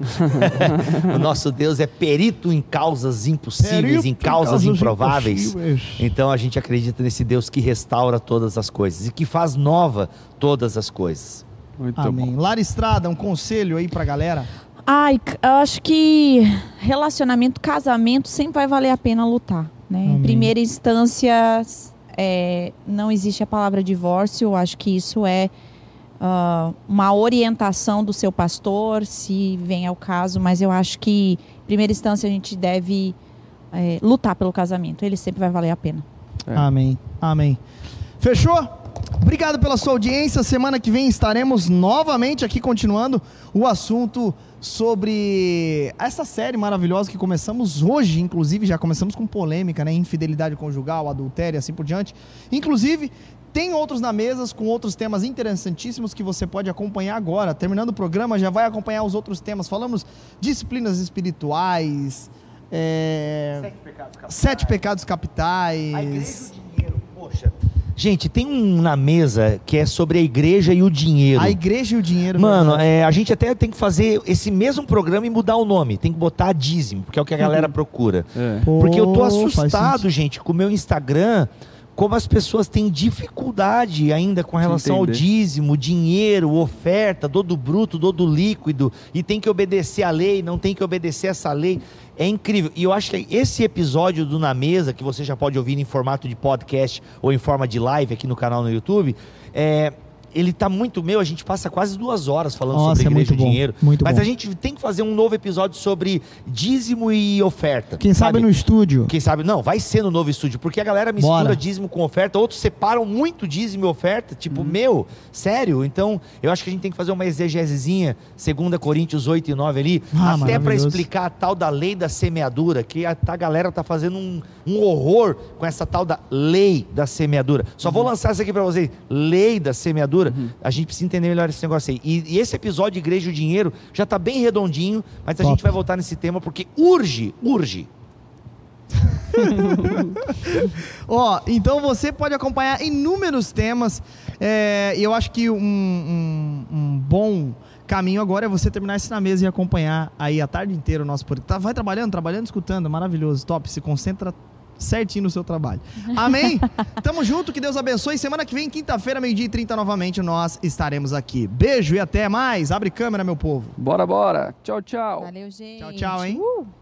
O nosso Deus é perito em causas impossíveis, Perito em causas improváveis. impossíveis. Então a gente acredita nesse Deus que restaura todas as coisas e que faz nova todas as coisas. Muito Amém. bom. Lara Estrada, um conselho aí pra galera? Ai, c- eu acho que relacionamento, casamento, sempre vai valer a pena lutar, né? Amém. Em primeira instância, é, não existe a palavra divórcio. Eu acho que isso é ah, uma orientação do seu pastor, se vem ao caso. Mas eu acho que, em primeira instância, a gente deve é, lutar pelo casamento. Ele sempre vai valer a pena. É. Amém. Amém. Fechou? Obrigado pela sua audiência. Semana que vem estaremos novamente aqui continuando o assunto sobre essa série maravilhosa que começamos hoje, inclusive já começamos com polêmica, né? Infidelidade conjugal, adultério e assim por diante. Inclusive, tem outros na mesa com outros temas interessantíssimos que você pode acompanhar agora. Terminando o programa, já vai acompanhar os outros temas. Falamos disciplinas espirituais, é... Sete pecados capitais. Sete pecados capitais. A igreja e o dinheiro, poxa. Gente, tem um na mesa que é sobre a igreja e o dinheiro. A igreja e o dinheiro. Mano, é, a gente até tem que fazer esse mesmo programa e mudar o nome. Tem que botar dízimo, porque é o que a galera procura. É. Pô, Porque eu tô faz assustado, sentido. gente, com o meu Instagram, como as pessoas têm dificuldade ainda com relação ao entender. dízimo, dinheiro, oferta, do do bruto, do do líquido, e tem que obedecer a lei, não tem que obedecer essa lei. É incrível. E eu acho que esse episódio do Na Mesa, que você já pode ouvir em formato de podcast ou em forma de live aqui no canal no YouTube, é... ele tá muito meu, a gente passa quase duas horas falando Nossa, sobre é igreja muito e bom, dinheiro. muito Mas bom. a gente tem que fazer um novo episódio sobre dízimo e oferta. Quem sabe no estúdio. Quem sabe, não, vai ser no novo estúdio, porque a galera mistura Bora. dízimo com oferta, outros separam muito dízimo e oferta, tipo, meu, sério? Então, eu acho que a gente tem que fazer uma exegesezinha, dois Coríntios oito e nove ali, Ah, até para maravilhoso. explicar a tal da lei da semeadura, que a, a galera tá fazendo um, um horror com essa tal da lei da semeadura. Só Uhum. vou lançar isso aqui para vocês, lei da semeadura, a gente precisa entender melhor esse negócio aí. E, e esse episódio de Igreja e o Dinheiro já tá bem redondinho, mas a Top. gente vai voltar nesse tema porque urge, urge. Ó, então você pode acompanhar inúmeros temas. É, e eu acho que um, um, um bom caminho agora é você terminar isso na mesa e acompanhar aí a tarde inteira o nosso podcast. Tá, vai trabalhando, trabalhando, escutando, maravilhoso, top. Se concentra certinho no seu trabalho. Amém? Tamo junto, que Deus abençoe. Semana que vem, quinta-feira, meio-dia e trinta, novamente, nós estaremos aqui. Beijo e até mais. Abre câmera, meu povo. Bora, bora. Tchau, tchau. Valeu, gente. Tchau, tchau, hein? Uh.